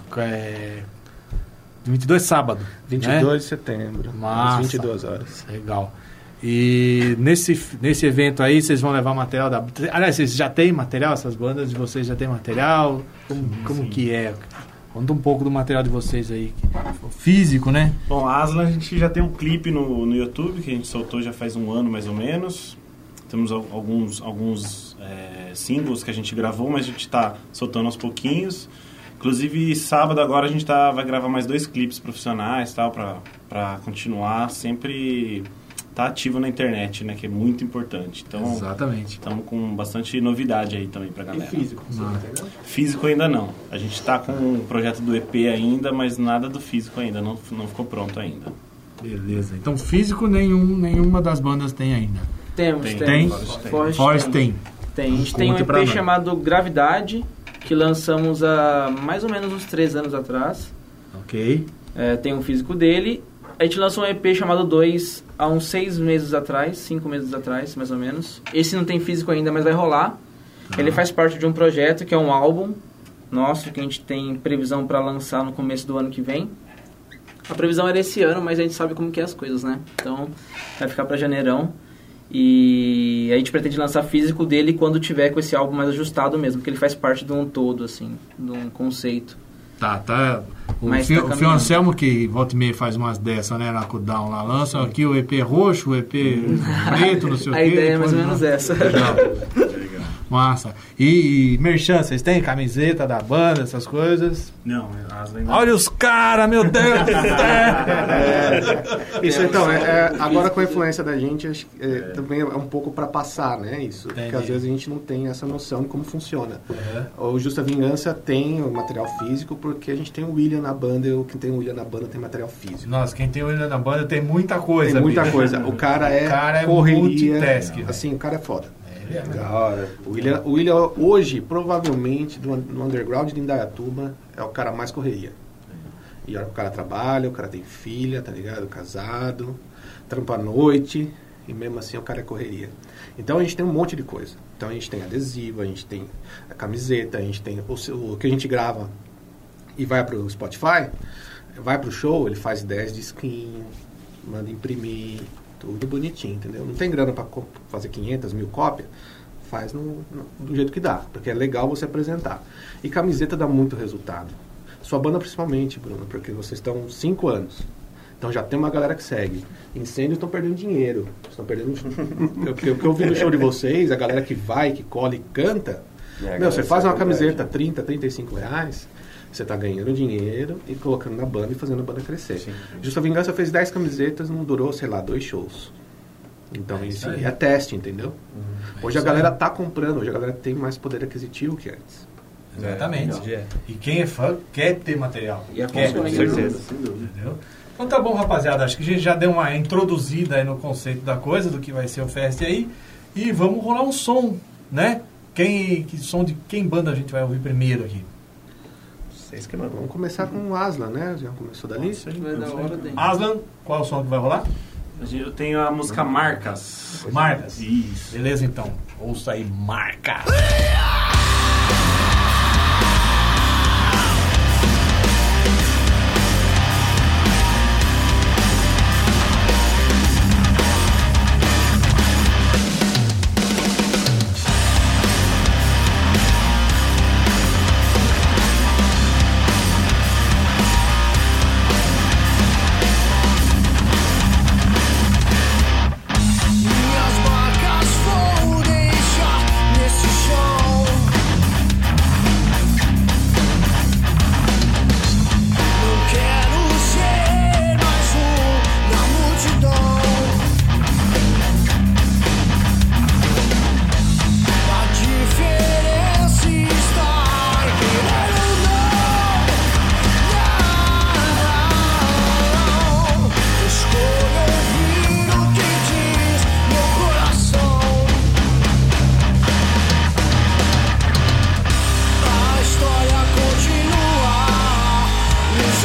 22 sábado, 22 né? de setembro. Massa. Às 22 horas. Legal. E nesse evento aí, vocês vão levar material da... Aliás, vocês já têm material? Essas bandas de vocês já têm material? Como que é? Conta um pouco do material de vocês aí. Físico, né? Bom, a Aslan, a gente já tem um clipe no YouTube, que a gente soltou já faz um ano, mais ou menos. Temos alguns singles que a gente gravou, mas a gente está soltando aos pouquinhos. Inclusive, sábado agora a gente vai gravar mais 2 clipes profissionais, tal, para continuar sempre tá ativo na internet, né, que é muito importante. Então, exatamente. Estamos com bastante novidade aí também pra galera. E físico? Físico ainda não. A gente tá com o projeto do EP ainda, mas nada do físico ainda, não ficou pronto ainda. Beleza. Então, físico nenhuma das bandas tem ainda. Temos. Forrest tem. A gente tem um EP chamado Gravidade, que lançamos há mais ou menos uns 3 anos atrás. Ok. Tem um físico dele. A gente lançou um EP chamado 2 há uns 6 meses atrás, 5 meses atrás, mais ou menos. Esse não tem físico ainda, mas vai rolar. Ele faz parte de um projeto que é um álbum nosso, que a gente tem previsão para lançar no começo do ano que vem. A previsão era esse ano, mas a gente sabe como que é as coisas, né? Então, vai ficar para janeirão. E a gente pretende lançar físico dele quando tiver com esse álbum mais ajustado mesmo, porque ele faz parte de um todo, assim, de um conceito. Tá. O Fio Anselmo, que volta e meia faz umas dessas, né, na Cooldown lá, lança aqui o EP roxo, o EP preto, não sei o quê. A ideia é mais ou menos essa. Legal. Massa. E merchan, vocês têm camiseta da banda, essas coisas? Não, olha os caras, meu Deus do céu! Isso então, agora com a influência da gente, acho que, também é um pouco para passar, né, isso. Porque às vezes a gente não tem essa noção de como funciona. O Justa Vingança tem o material físico, porque a gente tem o William na banda, e quem tem o William na banda tem material físico. Nossa, quem tem o William na banda tem muita coisa. Tem muita coisa. O cara é correria. Multitask. Assim, o cara é foda. O William hoje, provavelmente, no underground de Indaiatuba, é o cara mais correria. E olha, o cara trabalha, o cara tem filha, tá ligado? Casado, trampa à noite, e mesmo assim o cara é correria. Então a gente tem um monte de coisa. Então a gente tem adesivo, a gente tem a camiseta, a gente tem o que a gente grava e vai pro Spotify, vai pro show, ele faz 10 disquinhos, manda imprimir, tudo bonitinho, entendeu? Não tem grana para fazer 500 mil cópias, faz do jeito que dá, porque é legal você apresentar. E camiseta dá muito resultado. Sua banda principalmente, Bruno, porque vocês estão 5 anos. Então já tem uma galera que segue. Incêndios estão perdendo dinheiro. Estão perdendo... O que eu vi no show de vocês, a galera que vai, que cola e canta, você faz uma camiseta 30, 35 reais, você está ganhando dinheiro e colocando na banda e fazendo a banda crescer. Sim. Justa Vingança fez 10 camisetas, não durou, 2 shows. Então isso é teste, entendeu? Hoje a galera tá comprando, hoje a galera tem mais poder aquisitivo que antes. Exatamente. E quem é fã quer ter material. E com certeza. Entendeu? Então tá bom, rapaziada. Acho que a gente já deu uma introduzida aí no conceito da coisa, do que vai ser o fest aí. E vamos rolar um som, né? Som de quem banda a gente vai ouvir primeiro aqui? Vamos começar com o Aslan, né? Já começou dali? Aslan, qual é o som que vai rolar? Eu tenho a música Marcas. Marcas? Isso. Beleza, então. Ouça aí, Marcas.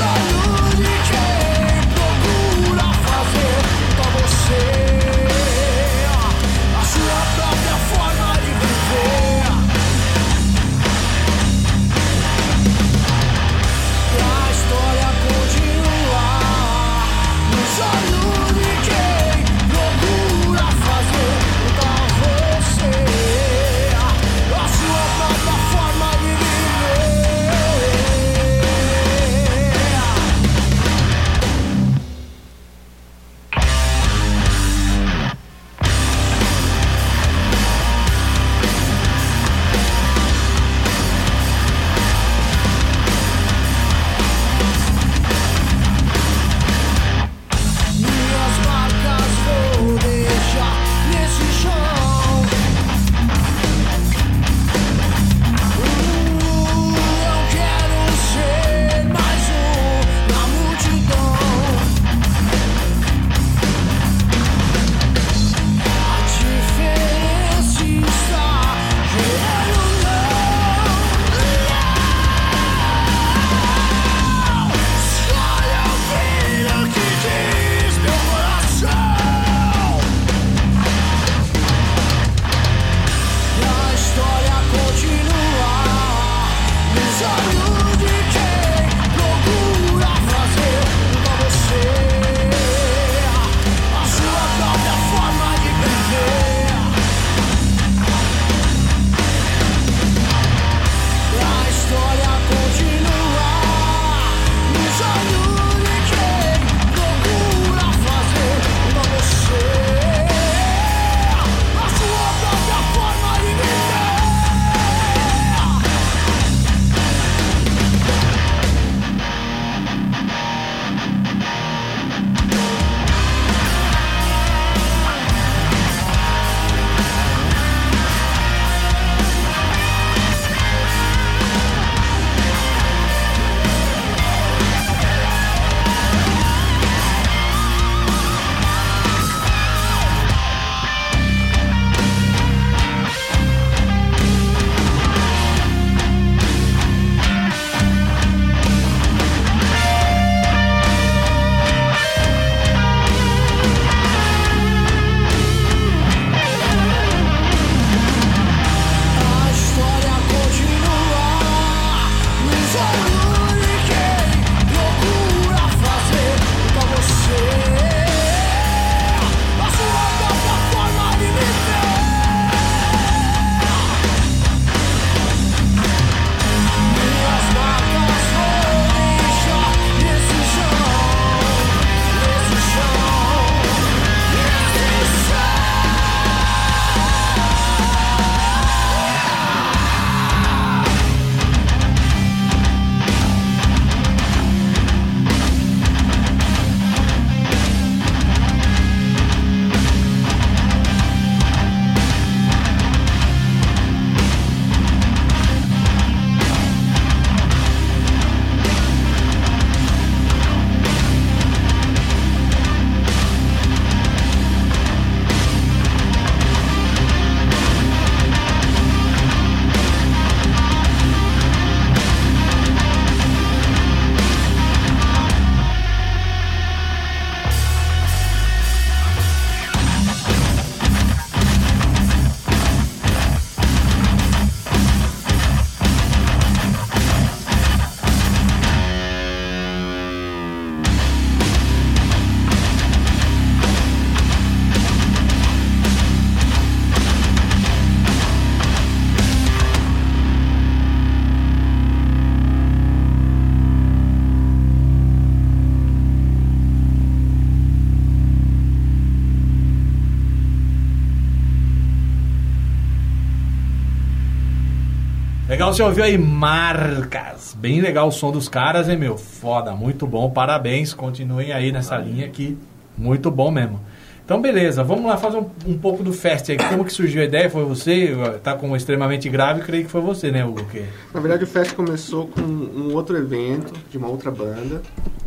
Legal, você ouviu aí Marcas. Bem legal o som dos caras, hein, meu? Foda, muito bom, parabéns. Continuem aí nessa linha aqui, muito bom mesmo. Então, beleza, vamos lá fazer um pouco do fest aí. Como que surgiu a ideia? Foi você? Tá com Extremamente Grave, creio que foi você, né, Hugo? Na verdade, o fest começou com um outro evento de uma outra banda,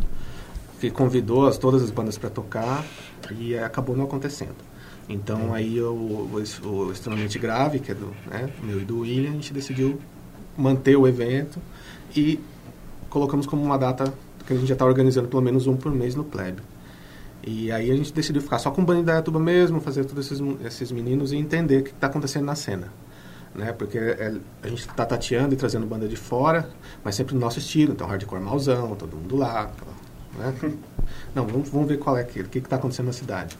que convidou todas as bandas para tocar e acabou não acontecendo. Então, aí o Extremamente Grave, que é do meu e do William, a gente decidiu manter o evento e colocamos como uma data porque a gente já está organizando pelo menos um por mês no Plebe. E aí a gente decidiu ficar só com o banda de Indaiatuba mesmo, fazer todos esses meninos e entender o que está acontecendo na cena. Né? Porque a gente está tateando e trazendo banda de fora, mas sempre no nosso estilo. Então, hardcore malzão, todo mundo lá. Né? Não, vamos ver qual é aquilo, o que está acontecendo na cidade.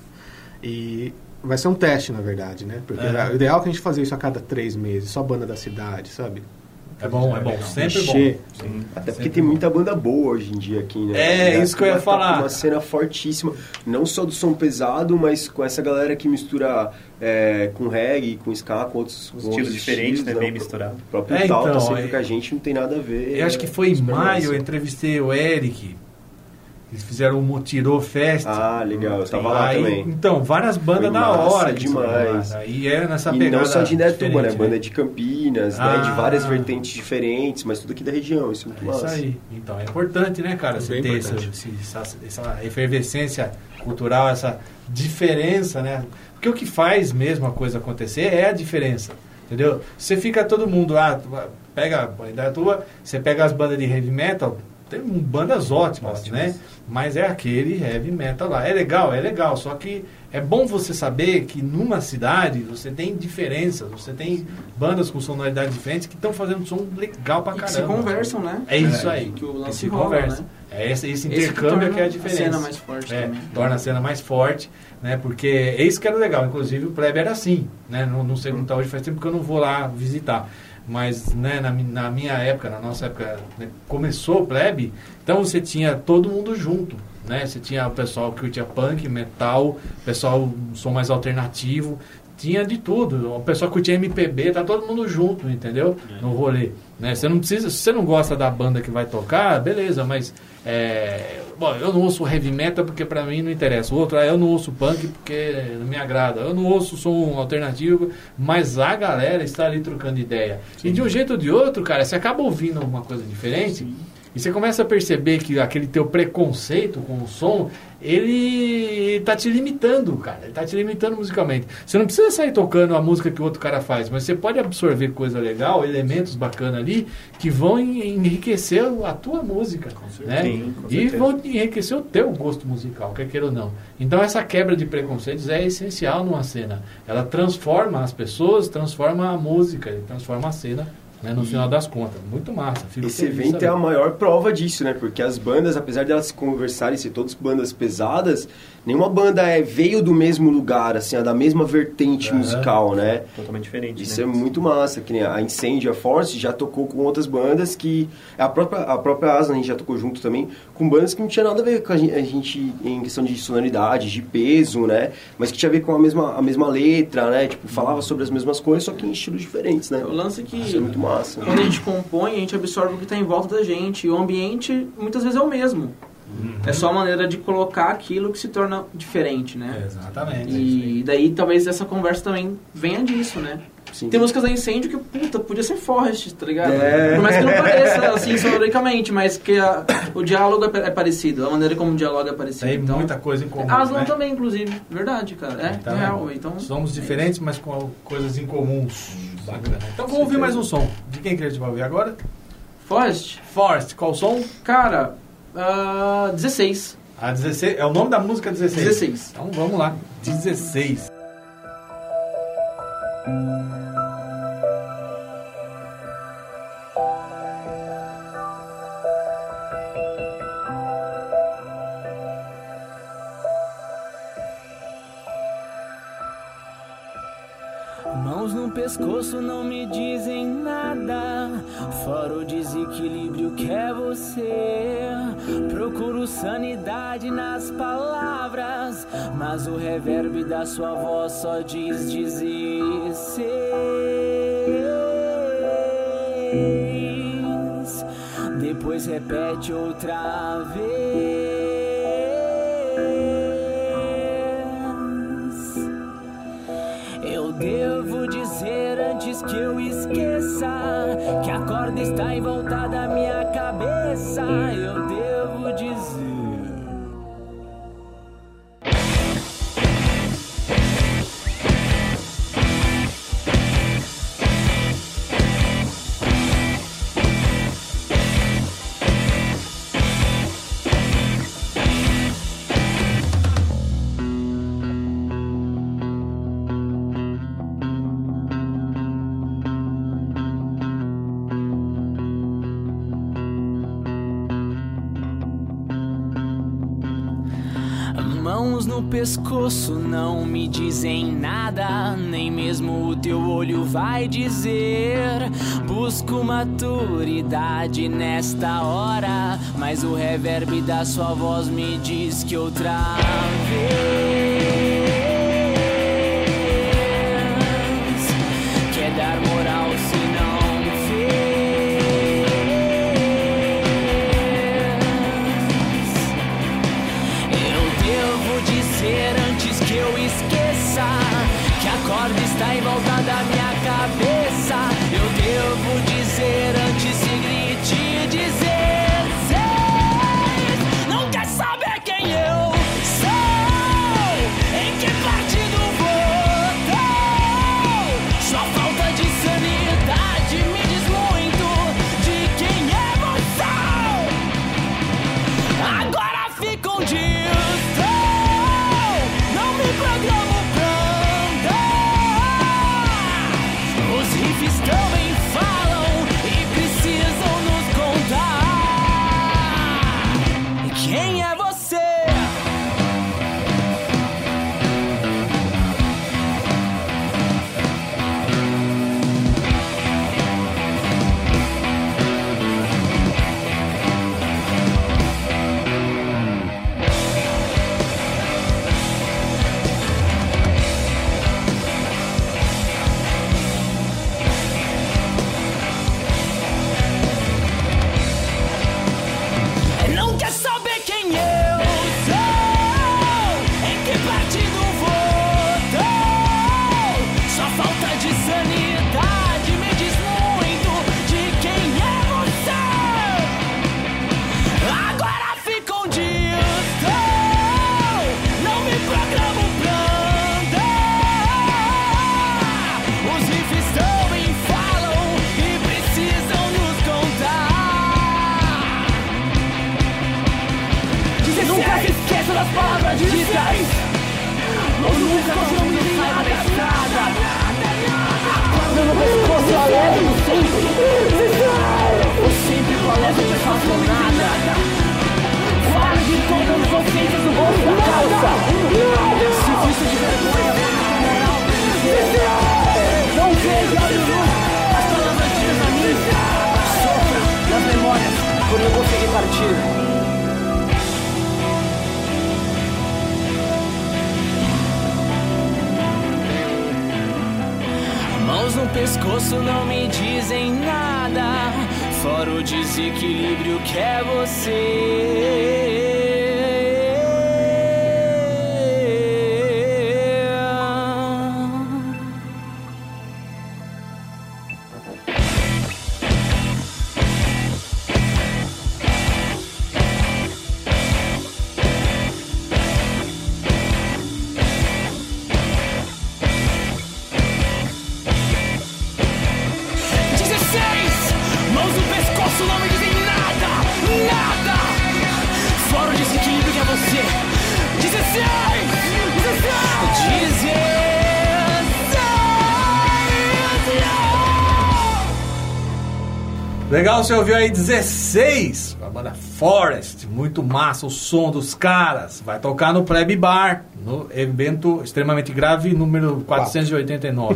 E vai ser um teste, na verdade, né? Porque o ideal é que a gente fazer isso a cada 3 meses, só banda da cidade, sabe? É bom, sempre Mexer. bom. Sim. Até porque tem muita banda boa hoje em dia aqui, né? Isso que eu ia falar. Uma cena fortíssima, não só do som pesado, mas com essa galera que mistura com reggae, com ska, com outros estilos diferentes, né? Bem misturado. O próprio Tal tá sempre com a gente, não tem nada a ver. Eu acho que foi em maio, eu entrevistei o Eric. Eles fizeram o Motirô Fest. Ah, legal, eu tava lá também. Então, várias bandas da hora. Demais. Aí nessa pegada. E não só de Indaiatuba, né? Banda de Campinas, né? De várias vertentes diferentes, mas tudo aqui da região. Isso é muito massa. Isso aí. Então, é importante, né, cara? Você ter essa efervescência cultural, essa diferença, né? Porque o que faz mesmo a coisa acontecer é a diferença. Entendeu? Você fica todo mundo pega a Indaiatuba, você pega as bandas de heavy metal. Tem bandas ótimas, né? Mas é aquele heavy metal lá. É legal, só que é bom você saber que numa cidade você tem diferenças, você tem bandas com sonoridades diferentes que estão fazendo som legal pra caramba. Que se conversam, né? É isso aí. Que o lance se rola, conversa. Né? É esse intercâmbio que é a diferença. A cena mais forte também. Torna a cena mais forte, né? Porque é isso que era legal. Inclusive o Plebe era assim, né? Não sei como tá hoje, faz tempo que eu não vou lá visitar. Mas, né, na minha época, na nossa época, né, começou o Plebe, então você tinha todo mundo junto, né? Você tinha o pessoal que curtia punk, metal, o pessoal um som mais alternativo, tinha de tudo. O pessoal que curtia MPB, tá todo mundo junto, entendeu? No rolê, né? Você não precisa, se você não gosta da banda que vai tocar, beleza, mas bom, eu não ouço heavy metal porque pra mim não interessa. O outro, eu não ouço punk porque não me agrada. Eu não ouço som alternativo, mas a galera está ali trocando ideia. Sim. E de um jeito ou de outro, cara, você acaba ouvindo alguma coisa diferente. Sim. E você começa a perceber que aquele teu preconceito com o som, ele tá te limitando, cara. Ele tá te limitando musicalmente. Você não precisa sair tocando a música que o outro cara faz, mas você pode absorver coisa legal, elementos bacanas ali, que vão enriquecer a tua música, né? Sim, e vão enriquecer o teu gosto musical, quer queira ou não. Então essa quebra de preconceitos é essencial numa cena. Ela transforma as pessoas, transforma a música, transforma a cena. Né, no final das contas, muito massa. Esse evento é a maior prova disso, né? Porque as bandas, apesar de elas se conversarem, ser todas bandas pesadas, nenhuma banda veio do mesmo lugar, assim, da mesma vertente musical, né? Totalmente diferente. Isso né? é muito massa, que nem a Incêndio, a Force já tocou com outras bandas que... A própria Aslan a gente já tocou junto também, com bandas que não tinha nada a ver com a gente em questão de sonoridade, de peso, né? Mas que tinha a ver com a mesma letra, né? Tipo, falava sobre as mesmas coisas, só que em estilos diferentes, né? O lance é que... Isso é muito massa. Quando a gente compõe, a gente absorve o que está em volta da gente. E o ambiente, muitas vezes, é o mesmo. É só a maneira de colocar aquilo que se torna diferente, né? Exatamente. E daí, talvez, essa conversa também venha disso, né? Sim. Tem músicas da Incêndio que, puta, podia ser Forest, tá ligado? Por mais que não pareça, assim, sonoricamente, mas que o diálogo é parecido, a maneira como o diálogo é parecido. Tem então, muita coisa em comum, Aslan né? também, inclusive. Verdade, cara. Tá real. Então, somos diferentes, mas com coisas em comuns. Bacana. Então vamos ouvir mais um som. De quem que a gente vai ouvir agora? Forest, qual som? Cara, 16. 16, é o nome da música 16? 16. Então vamos lá, 16. Mãos no pescoço não me dizem nada, fora o desequilíbrio que é você. Procuro sanidade nas palavras, mas o reverb da sua voz só diz 16. Depois repete outra vez. Eu devo dizer antes que eu esqueça que a corda está em volta da minha cabeça. Eu devo dizer. Mãos no pescoço não me dizem nada, nem mesmo o teu olho vai dizer. Busco maturidade nesta hora, mas o reverb da sua voz me diz que outra vez quer dar moral se não fez. Eu devo dizer antes que eu esqueça que a corda está em volta da minha cabeça. Eu devo dizer antes que grite e dizer: cês não quer saber quem eu sou, em que partido votou. Sua falta de sanidade me diz muito de quem é você. Agora fica onde estou, não me programo pra andar. Os riffs também falam e precisam nos contar quem é você. Não quer saber quem eu sou, em que partido votou. Sua falta de sanidade me diz muito de quem é você. Agora fica onde estou, não me programo pra andar. Os riffs também falam e precisam nos contar. Nunca se esqueça das palavras ditas. Nós nunca conseguimos sair da estrada. Acorda no pescoço, alegre sempre. Eu sempre coleto de faço nada. Fala de todas as ofensas do rosto da calça. Se vista de vergonha, não veja as palavras ditas a mim. Sofra das memórias por não conseguir partir. Mãos no pescoço não me dizem nada, fora o desequilíbrio que é você. Mãos no pescoço não me dizem nada, nada. Fora o desequilíbrio que é você. 16! Legal, você ouviu aí 16, a banda Forest, muito massa o som dos caras. Vai tocar no Plebe Bar, no evento Extremamente Grave, número 489.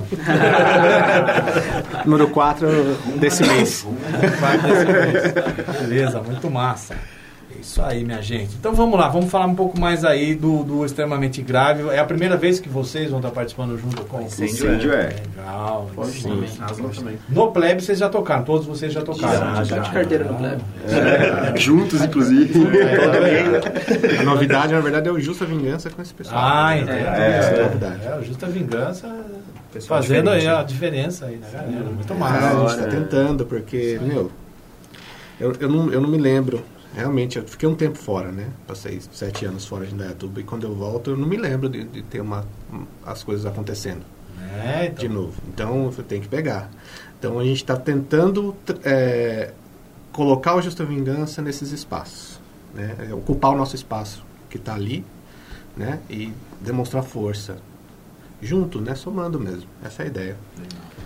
Número 4 desse mês. Beleza, muito massa. É isso aí, minha gente. Então vamos lá, vamos falar um pouco mais aí do Extremamente Grave. É a primeira vez que vocês vão estar participando junto com o Incêndio, é. Legal. Sim, também. No Plebe vocês já tocaram, todos vocês já tocaram. Já de carteira no Plebe. Juntos, inclusive. A novidade, na verdade, é o Justa Vingança com esse pessoal. Ah, entendi. Essa é a novidade. É, o Justa Vingança Pessoal fazendo aí diferente. a diferença aí, né, galera? Muito A massa. gente tá tentando, porque, meu, eu não me lembro. Realmente, eu fiquei um tempo fora, né? Passei 7 anos fora de Indaiatuba e quando eu volto, eu não me lembro de ter as coisas acontecendo de novo. Então, eu tenho que pegar. Então, a gente está tentando colocar o Justa Vingança nesses espaços, né? Ocupar o nosso espaço que está ali, né? E demonstrar força. Junto, né? Somando mesmo. Essa é a ideia.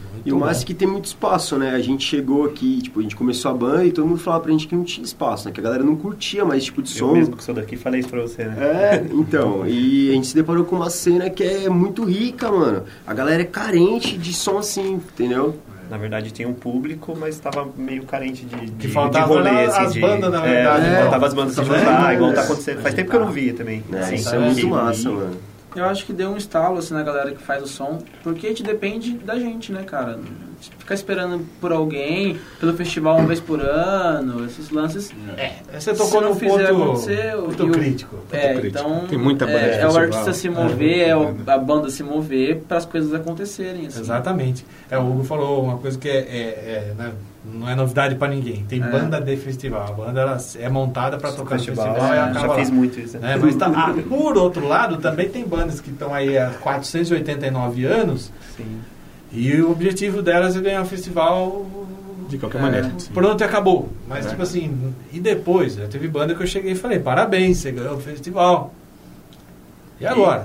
E o massa é que tem muito espaço, né? A gente chegou aqui, tipo, a gente começou a banda e todo mundo falava pra gente que não tinha espaço, né? Que a galera não curtia mais esse tipo de som. Eu mesmo que sou daqui falei isso pra você, né? É, então, e a gente se deparou com uma cena que é muito rica, mano. A galera é carente de som assim, entendeu? Na verdade tinha um público, mas estava meio carente de faltava rolê, assim, as bandas, na verdade. Faltava as bandas se juntar, igual tá acontecendo. Faz tempo que eu não via também. Isso é muito massa, mano. Eu acho que deu um estalo, assim, na galera que faz o som, porque a gente depende da gente, né, cara? Ficar esperando por alguém, pelo festival uma vez por ano, esses lances... Você tocou num ponto crítico. Então... Tem muita banda de É o festival. artista se mover, a banda se mover para as coisas acontecerem, assim. Exatamente. O Hugo falou uma coisa que né, não é novidade pra ninguém. Tem banda de festival. A banda ela é montada pra tocar no festival e acaba já fiz muito isso. Né? Mas por outro lado, também tem bandas que estão aí há 489 anos. Sim. E o objetivo delas é ganhar o festival de qualquer maneira. Pronto e acabou. Mas tipo assim, e depois? Já teve banda que eu cheguei e falei, parabéns, você ganhou o festival. E agora?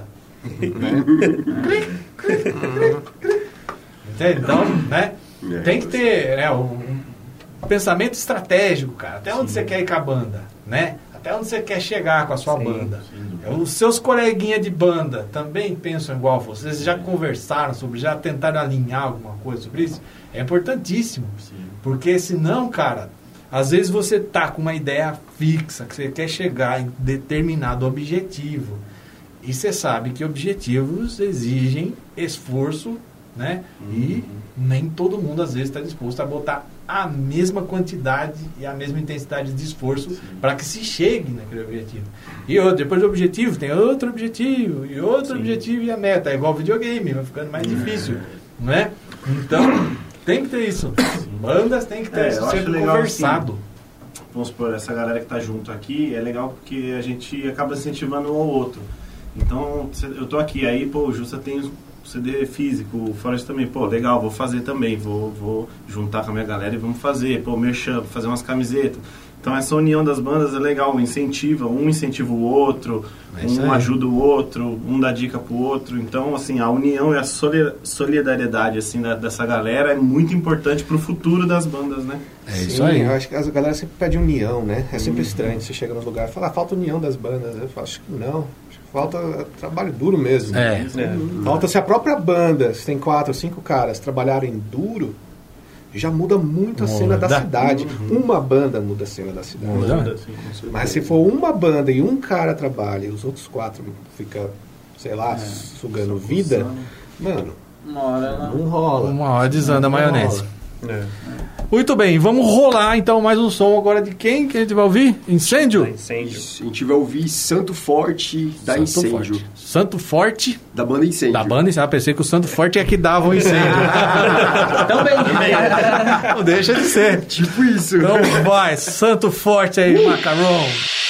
Entende? Então, né? Tem que ter um pensamento estratégico, cara. Até onde você quer ir com a banda, né? Até onde você quer chegar com a sua banda. Os seus coleguinhas de banda também pensam igual a você. Vocês já conversaram sobre, já tentaram alinhar alguma coisa sobre isso? É importantíssimo. Porque senão, cara, às vezes você tá com uma ideia fixa, que você quer chegar em determinado objetivo. E você sabe que objetivos exigem esforço, né? E nem todo mundo às vezes está disposto a botar a mesma quantidade e a mesma intensidade de esforço para que se chegue naquele objetivo. E depois do objetivo tem outro objetivo e outro objetivo e a meta. É igual videogame, vai ficando mais difícil, não é? Então, tem que ter isso. Bandas tem que ter isso sempre conversado. Assim, vamos supor, essa galera que tá junto aqui, é legal porque a gente acaba incentivando um ao outro. Então, eu tô aqui, aí, pô, o Justa tem o CD físico, o Forest também, pô, legal, vou fazer também, vou juntar com a minha galera e vamos fazer, pô, merchan, fazer umas camisetas. Então, essa união das bandas é legal, um incentiva o outro, um ajuda o outro, um dá dica pro outro. Então, assim, a união e a solidariedade, assim, dessa galera é muito importante pro futuro das bandas, né? É isso aí. Eu acho que a galera sempre pede união, né? É sempre estranho. Você chega nos lugares e fala, falta união das bandas. Eu falo, acho que não. Falta trabalho duro mesmo. Falta se a própria banda, se tem 4 ou 5 caras trabalharem duro, já muda muito a cena da cidade. Uma banda muda a cena da cidade. Mas se for uma banda e um cara trabalha e os outros 4 ficam, sei lá, sugando vida, mano, uma hora não rola. Uma hora desanda a maionese. Muito bem, vamos rolar então mais um som agora de quem que a gente vai ouvir? Incêndio? Incêndio. A gente vai ouvir Santo Forte da Incêndio. Santo Forte? Da banda Incêndio. Da banda Incêndio. Pensei que o Santo Forte é que dava o incêndio. Também. Não deixa de ser. Tipo isso. Então vai, Santo Forte aí, Macaron.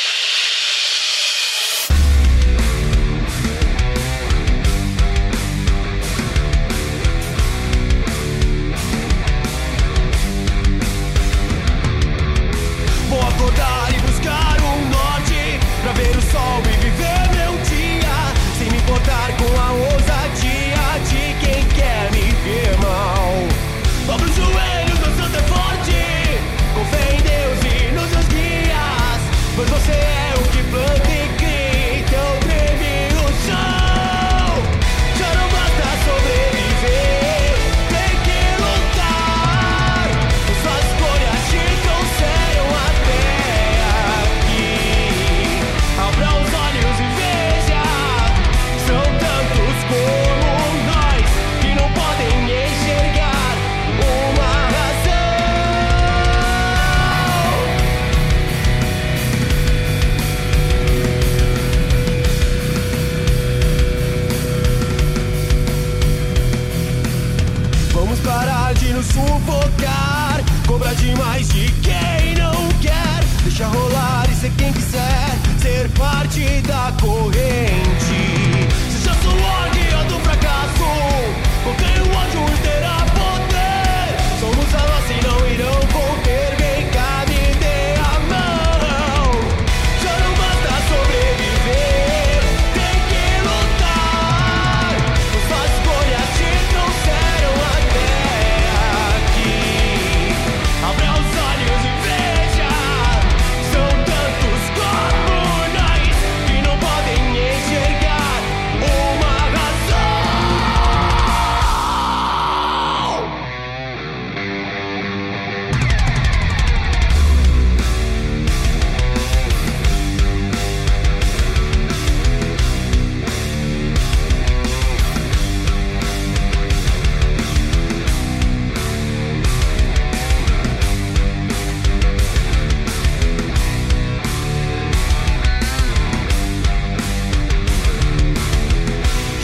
sufocar, cobrar demais de quem não quer. Deixa rolar e ser quem quiser, ser parte da corrente. Seja sua guia do fracasso, contém o ódio e terá poder. Somos a nossa e não irão conter. Vem cá, me dê a mão. Já não basta sobreviver, tem que lutar. Suas escolhas te trouxeram até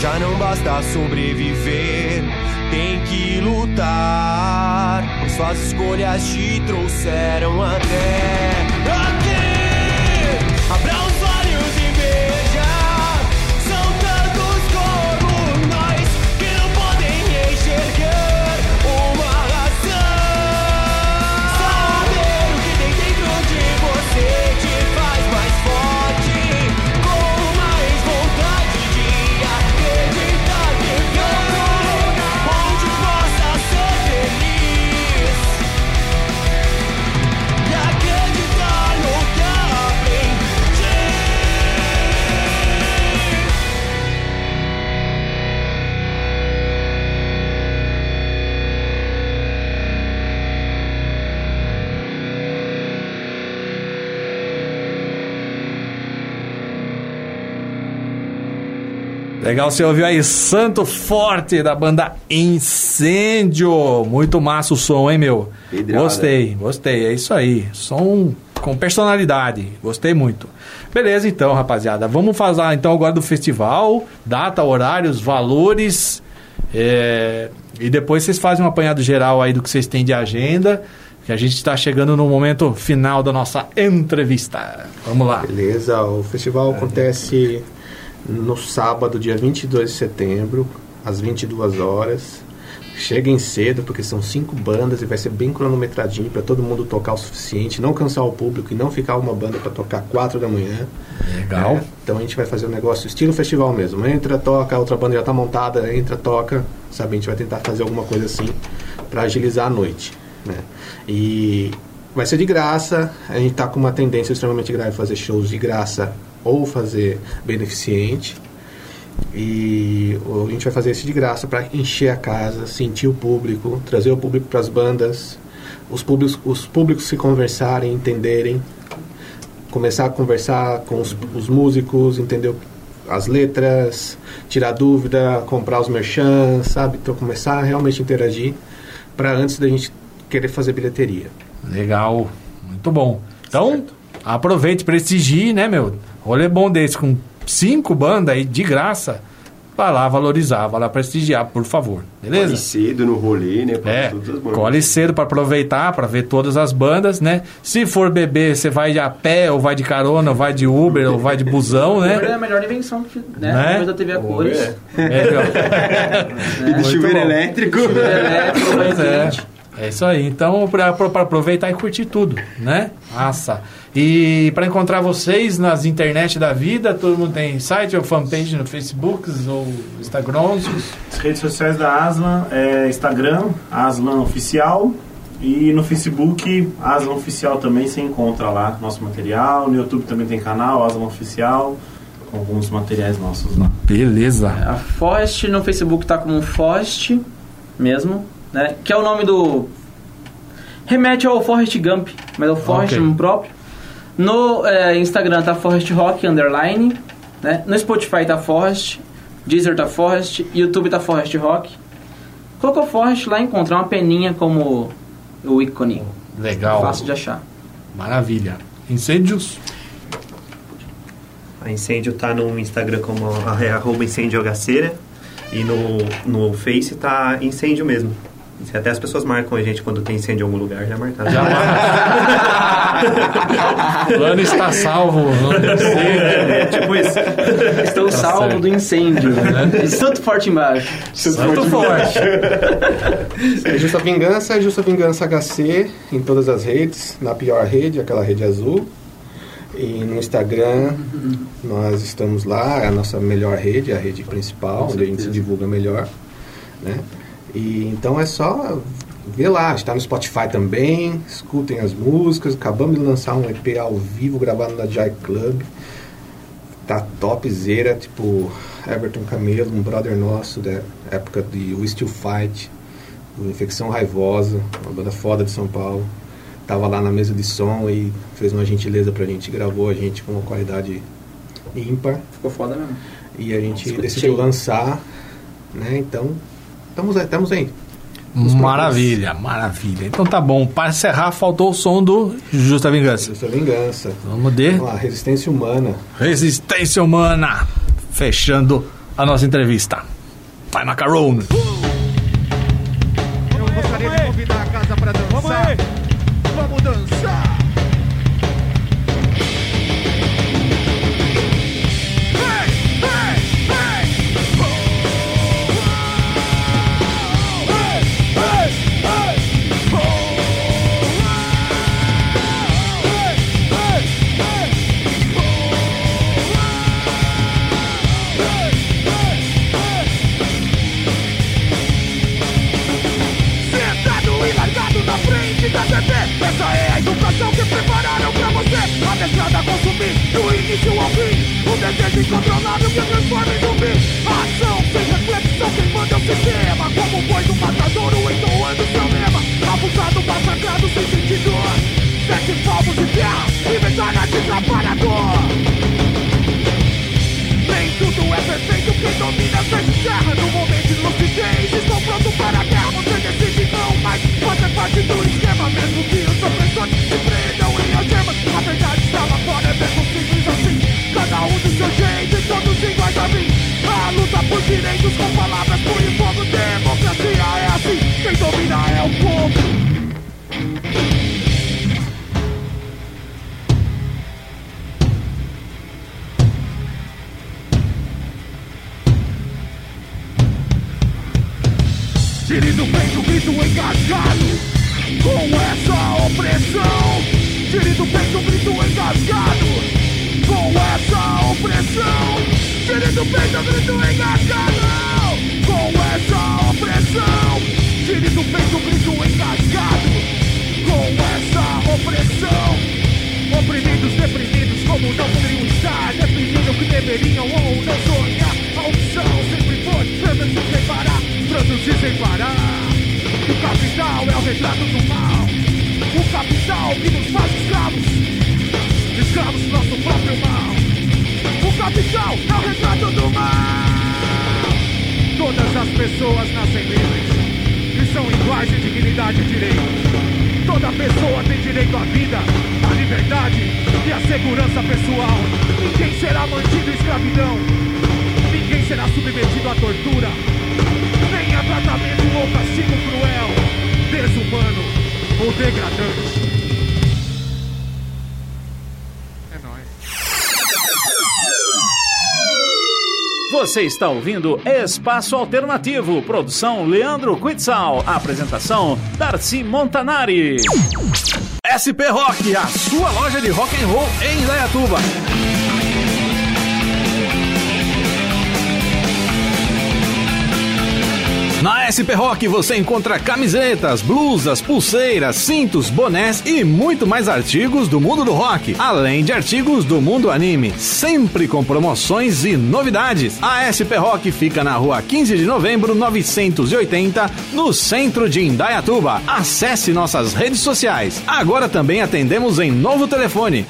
Já não basta sobreviver, tem que lutar, pois suas escolhas te trouxeram até aqui. Abra os olhos e veja, são tantos como nós que não podem enxergar uma razão. Saber o que tem dentro de você te faz mais forte, com mais vontade de acreditar que onde possa ser feliz e acreditar no que aprendi. Legal, você ouviu aí Santo Forte, da banda Incêndio. Muito massa o som, hein, meu? Pedrada. Gostei, é isso aí. Som com personalidade, gostei muito. Beleza, então, rapaziada. Vamos falar então agora do festival, data, horários, valores. E depois vocês fazem um apanhado geral aí do que vocês têm de agenda, que a gente está chegando no momento final da nossa entrevista. Vamos lá. Beleza, o festival acontece no sábado, dia 22 de setembro, às 22 horas. Cheguem cedo, porque são 5 bandas e vai ser bem cronometradinho para todo mundo tocar o suficiente, não cansar o público e não ficar uma banda para tocar 4 da manhã. Legal. Então a gente vai fazer um negócio estilo festival mesmo. Entra, toca, a outra banda já tá montada, entra, toca, sabe? A gente vai tentar fazer alguma coisa assim para agilizar a noite, né? E vai ser de graça. A gente tá com uma tendência extremamente grave fazer shows de graça ou fazer beneficente. E a gente vai fazer isso de graça para encher a casa, sentir o público, trazer o público para as bandas, os públicos se conversarem, entenderem, começar a conversar com os músicos, entender as letras, tirar dúvida, comprar os merchans, sabe? Então começar a realmente interagir para antes da gente querer fazer bilheteria. Legal, muito bom. Então, aproveite, prestigie, né, meu? Rolê bom desse, com 5 bandas aí de graça, vai lá valorizar, vai lá prestigiar, por favor, beleza? Colhe cedo no rolê, né? Todas as bandas. Colhe cedo para aproveitar, para ver todas as bandas, né? Se for beber, você vai de a pé, ou vai de carona, ou vai de Uber, ou vai de busão, né? Uber é a melhor invenção, né? Depois da TV a cores. E de chuveiro elétrico. É isso aí. Então, para aproveitar e curtir tudo, né? Massa. E para encontrar vocês nas internet da vida, todo mundo tem site ou fanpage no Facebook ou Instagram? As redes sociais da Aslan é Instagram, Aslan Oficial, e no Facebook, Aslan Oficial também, você encontra lá nosso material. No YouTube também tem canal, Aslan Oficial, com alguns materiais nossos lá. Beleza. A Forest no Facebook tá como Forest mesmo, né? Que é o nome do... remete ao Forrest Gump, mas é o Forrest no próprio. No Instagram tá Forrest Rock _ né? No Spotify tá Forrest, Deezer tá Forrest, YouTube tá Forrest Rock. Colocou Forrest lá, encontrar uma peninha como o ícone. Legal. Fácil de achar. Maravilha. Incêndios? A Incêndio tá no Instagram como @incêndioagaceira e no Face tá Incêndio mesmo. Até as pessoas marcam a gente quando tem incêndio em algum lugar, já marcaram. O plano está salvo. Tipo isso. Estou salvo do incêndio. Né? Santo Forte embaixo. Santo Forte. Justa Vingança é Justa Vingança HC em todas as redes. Na pior rede, aquela rede azul. E no Instagram, nós estamos lá, é a nossa melhor rede, a rede principal, onde a gente se divulga melhor, né? E então é só ver lá, está no Spotify também, escutem as músicas. Acabamos de lançar um EP ao vivo gravado na Jai Club, tá topzera, tipo Everton Camelo, um brother nosso da época de We Still Fight, do Infecção Raivosa, uma banda foda de São Paulo, tava lá na mesa de som e fez uma gentileza pra gente, gravou a gente com uma qualidade ímpar. Ficou foda mesmo. E a gente decidiu lançar, né? Então estamos aí. Maravilha, maravilha. Então tá bom. Para encerrar, faltou o som do Justa Vingança. Justa Vingança. Vamos lá, Resistência Humana. Resistência Humana. Fechando a nossa entrevista. Vai, Macaron! Eu gostaria de convidar a casa pra dançar. Vamos dançar! Essa é a educação que prepararam pra você. Adestrada a consumir, do início ao fim. Um desejo incontrolável que transforma em zumbi. A ação sem reflexão, quem manda é o sistema. Como um boi do matadouro entoando seu lema. Abusado, massacrado, sem sentido. Sete palmos de terra e medalha de trabalhador. Nem tudo é perfeito, quem domina faz terra. No momento de lucidez, estou pronto para a guerra. Você decide não mais fazer parte do esquema. Mesmo que os opressores se prendam em algemas, a verdade está lá fora, é mesmo simples assim. Cada um do seu jeito e todos iguais a mim. A luta por direitos com palavras por e fogo. Democracia é assim, quem domina é o povo. Tire do peito o grito engasgado com essa opressão. Tire do peito o grito engasgado com essa opressão. Tire do peito o grito engasgado com essa opressão. Tire do peito o grito engasgado com essa opressão. Oprimidos, deprimidos, como não poderiam estar, definindo o que deveriam ou não sonhar. A opção sempre foi produzir sem parar, produzir sem parar. O capital é o retrato do mal. O capital que nos faz escravos, escravos do nosso próprio mal. O capital é o retrato do mal. Todas as pessoas nascem livres e são iguais em dignidade e direito. Toda pessoa tem direito à vida, à liberdade e à segurança pessoal. Ninguém será mantido em escravidão. Ninguém será submetido à tortura, nem a tratamento ou castigo cruel, desumano ou degradante. É nóis. Você está ouvindo Espaço Alternativo, produção Leandro Quitzal, apresentação Darcy Montanari. SP Rock, a sua loja de rock and roll em Indaiatuba. Na SP Rock você encontra camisetas, blusas, pulseiras, cintos, bonés e muito mais artigos do mundo do rock, além de artigos do mundo anime, sempre com promoções e novidades. A SP Rock fica na rua 15 de novembro, 980, no centro de Indaiatuba. Acesse nossas redes sociais. Agora também atendemos em novo telefone,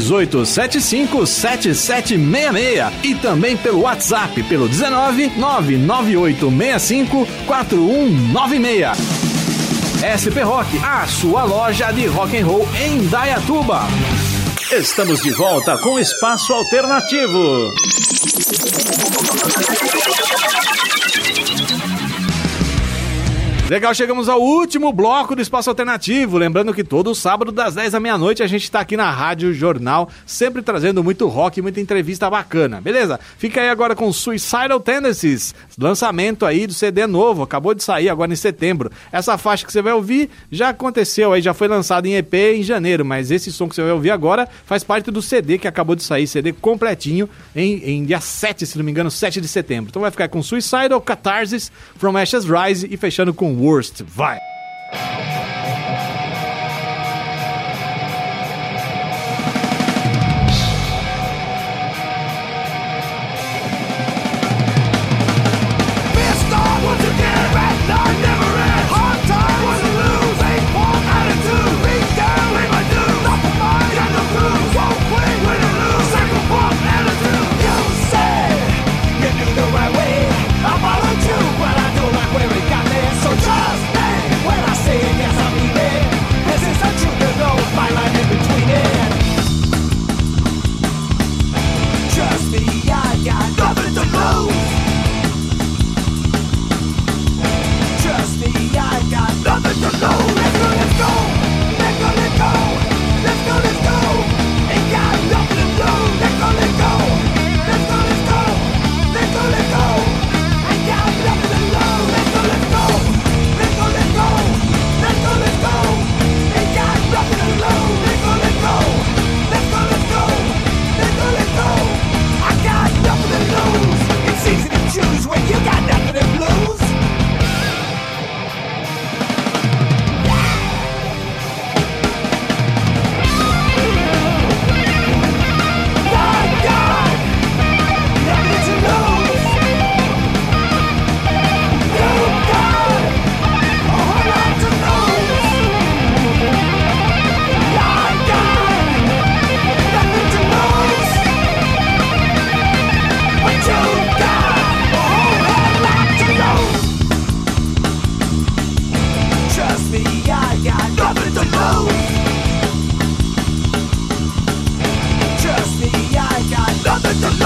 3875-7766 e também pelo WhatsApp, pelo 19-99865-4196. SP Rock, a sua loja de rock and roll em Indaiatuba. Estamos de volta com Espaço Alternativo. Legal, chegamos ao último bloco do Espaço Alternativo. Lembrando que todo sábado das 10 à meia-noite a gente tá aqui na Rádio Jornal, sempre trazendo muito rock e muita entrevista bacana, beleza? Fica aí agora com Suicidal Tendencies, lançamento aí do CD novo, acabou de sair agora em setembro. Essa faixa que você vai ouvir já aconteceu aí, já foi lançado em EP em janeiro, mas esse som que você vai ouvir agora faz parte do CD que acabou de sair, CD completinho, em dia 7, se não me engano, 7 de setembro. Então vai ficar com Suicidal, Catharsis, From Ashes Rise e fechando com Worst. Vai! Well,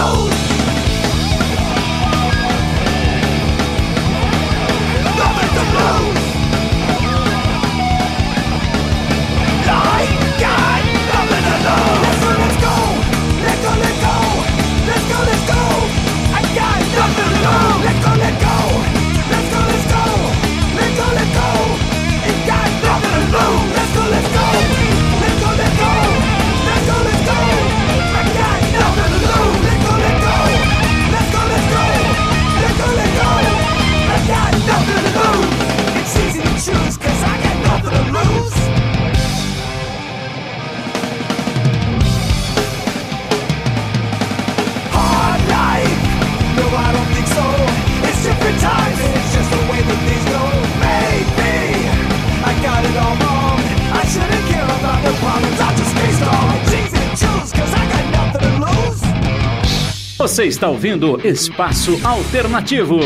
lose. Nothing to lose. I got nothing to lose. Let's go. Let's go. Let's go. Let's go. Let's go. I got nothing to lose. Let's go. Let's go. Let's go. Let's go. Let's go. Let's go. Ain't got nothing to lose. Let's go. Let's go. Let's go. Let's go. Let's go. Let's go. I got nothing to lose. Let's go. Let's go. Let's go. Let's go. Let's go. Let's go. I got nothing to lose. It's easy to choose 'cause I got nothing to lose. Hard life. No, I don't think so. It's different times and it's just the way that things go. Maybe I got it all wrong. I shouldn't care about the problems. I'll just stay strong. It's easy to choose 'cause I got nothing to lose. Você está ouvindo Espaço Alternativo.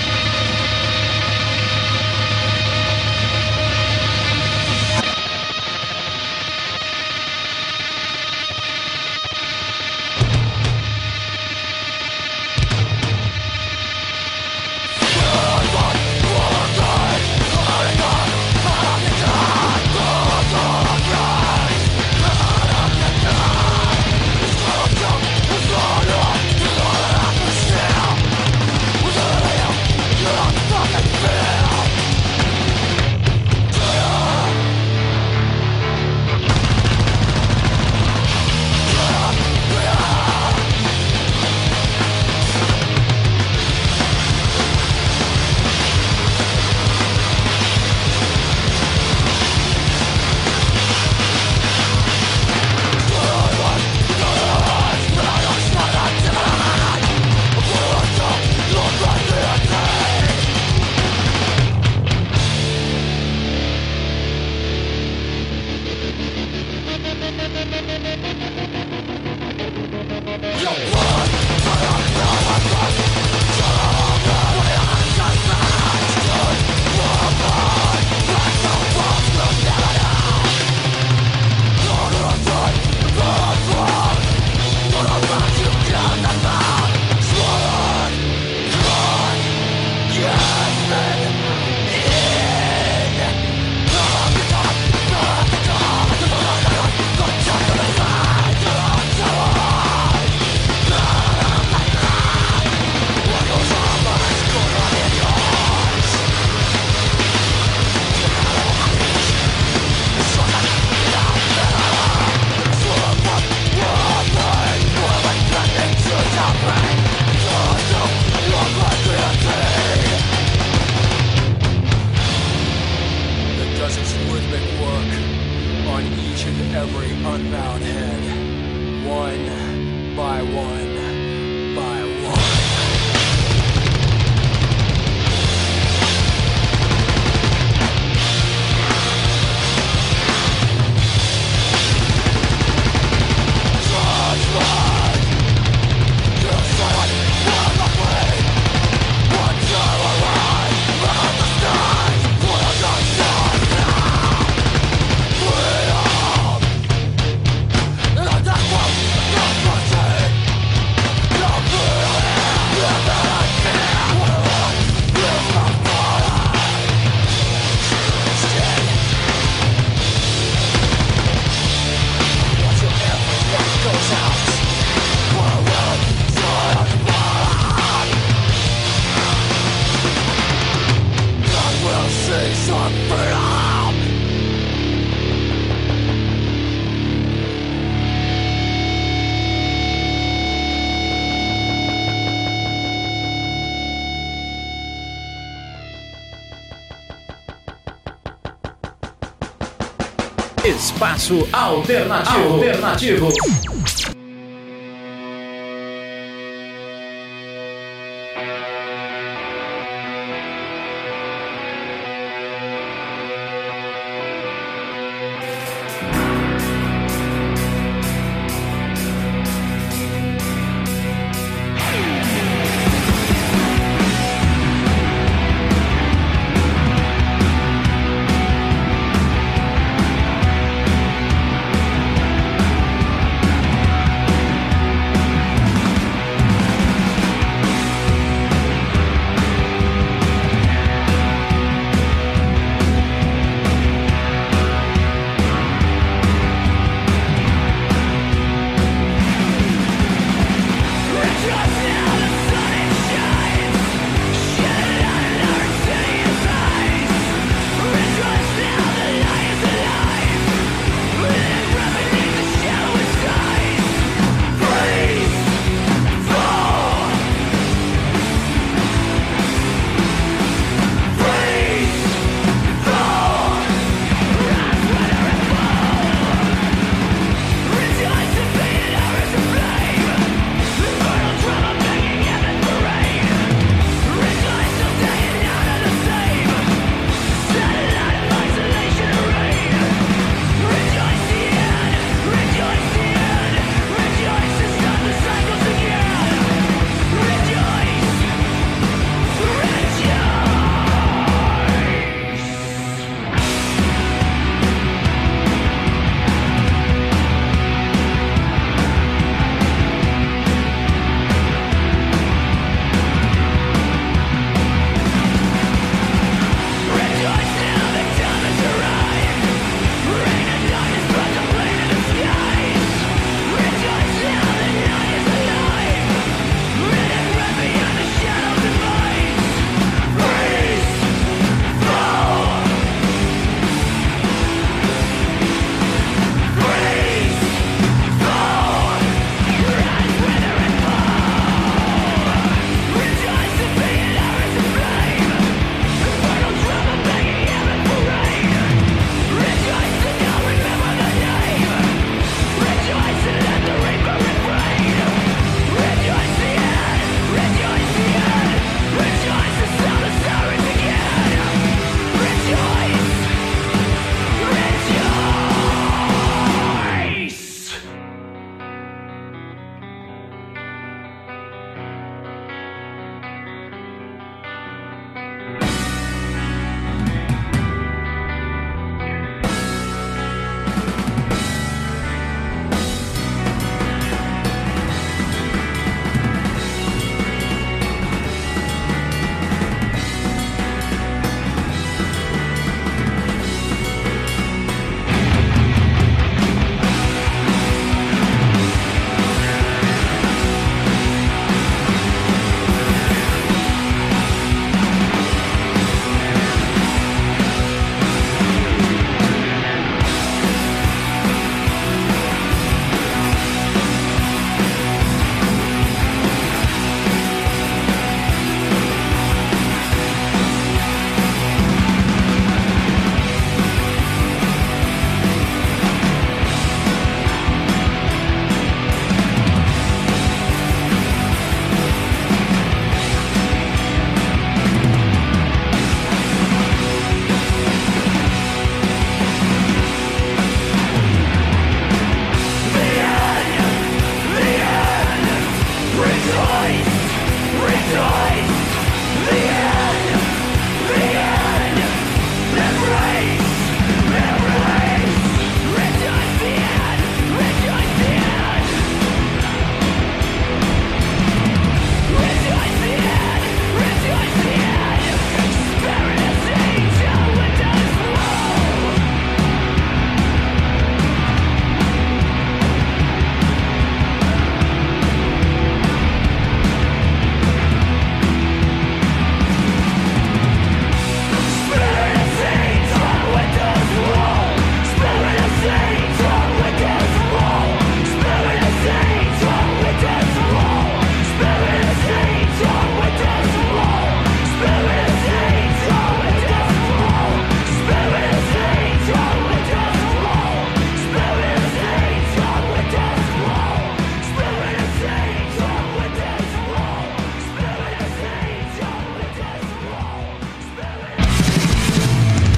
Espaço Alternativo.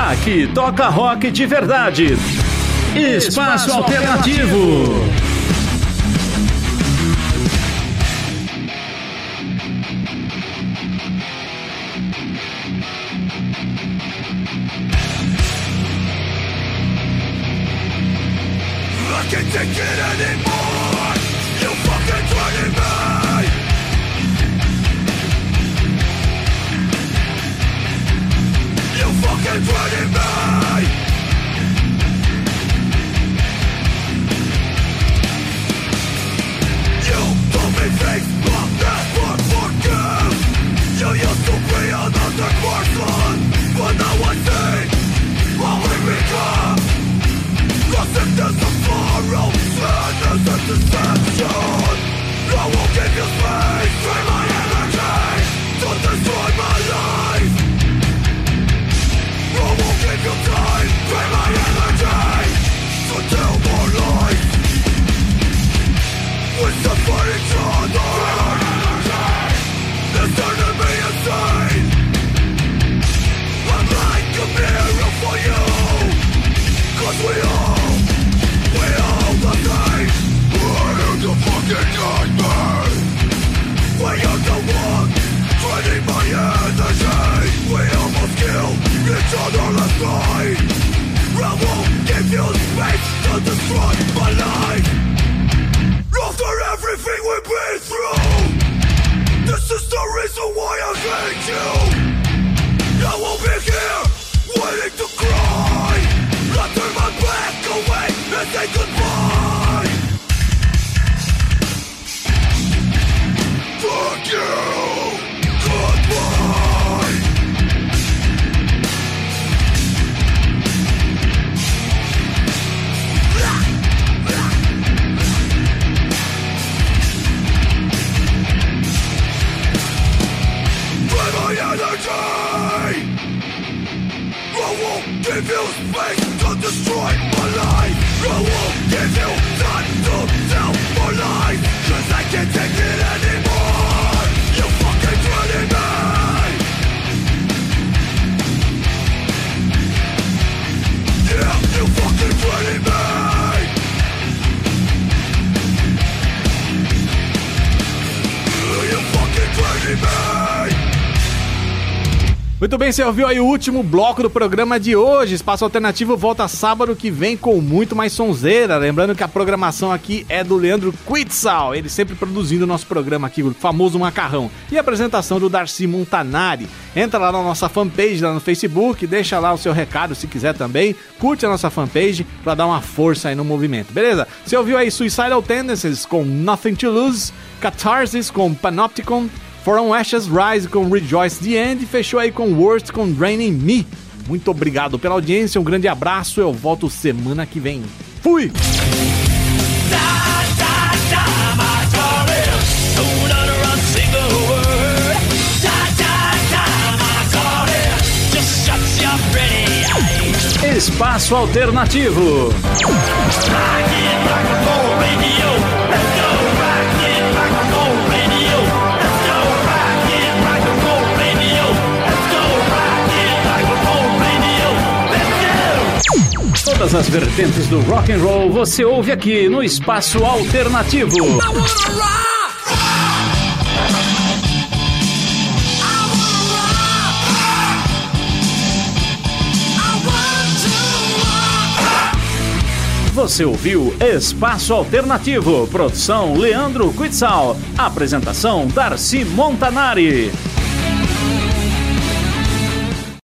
Aqui toca rock de verdade. Espaço Alternativo. I can't take it anymore. You fucking driving me. You fucking driving me. You told me things but never forgive. You used to be another person, but now I see what we become. The sickness of sorrow, sadness and deception. I won't give you space, drain my energy, to destroy my life. I won't give you time, drain my energy, to tell more lies. We suffer each other, this turning me insane. I'm like a mirror for you, 'cause we all the same. We're the fucking nightmare. We are the one draining my energy. We almost killed each other last night. I won't give you space to destroy my life. After everything we've been through, this is the reason why I hate you. I won't be here waiting to cry. I turn my back away and say goodbye. Fuck you. Goodbye. Drain my energy. I won't give you space to destroy my life. I won't give you time to tell more lies, 'cause I can't take it anymore. You fucking draining me. Yeah, you fucking draining me. You fucking draining me. Muito bem, você ouviu aí o último bloco do programa de hoje. Espaço Alternativo volta sábado que vem com muito mais sonzeira. Lembrando que a programação aqui é do Leandro Quitzal, ele sempre produzindo o nosso programa aqui, o famoso Macarrão. E a apresentação do Darcy Montanari. Entra lá na nossa fanpage, lá no Facebook, deixa lá o seu recado se quiser também. Curte a nossa fanpage pra dar uma força aí no movimento, beleza? Você ouviu aí Suicidal Tendencies com Nothing to Lose, Catharsis com Panopticon, From Ashes Rise com Rejoice the End, fechou aí com Worst com Draining Me. Muito obrigado pela audiência, um grande abraço, eu volto semana que vem. Fui! Espaço Alternativo. Todas as vertentes do rock and roll você ouve aqui no Espaço Alternativo. Você ouviu Espaço Alternativo, produção Leandro Quitzal, apresentação Darcy Montanari.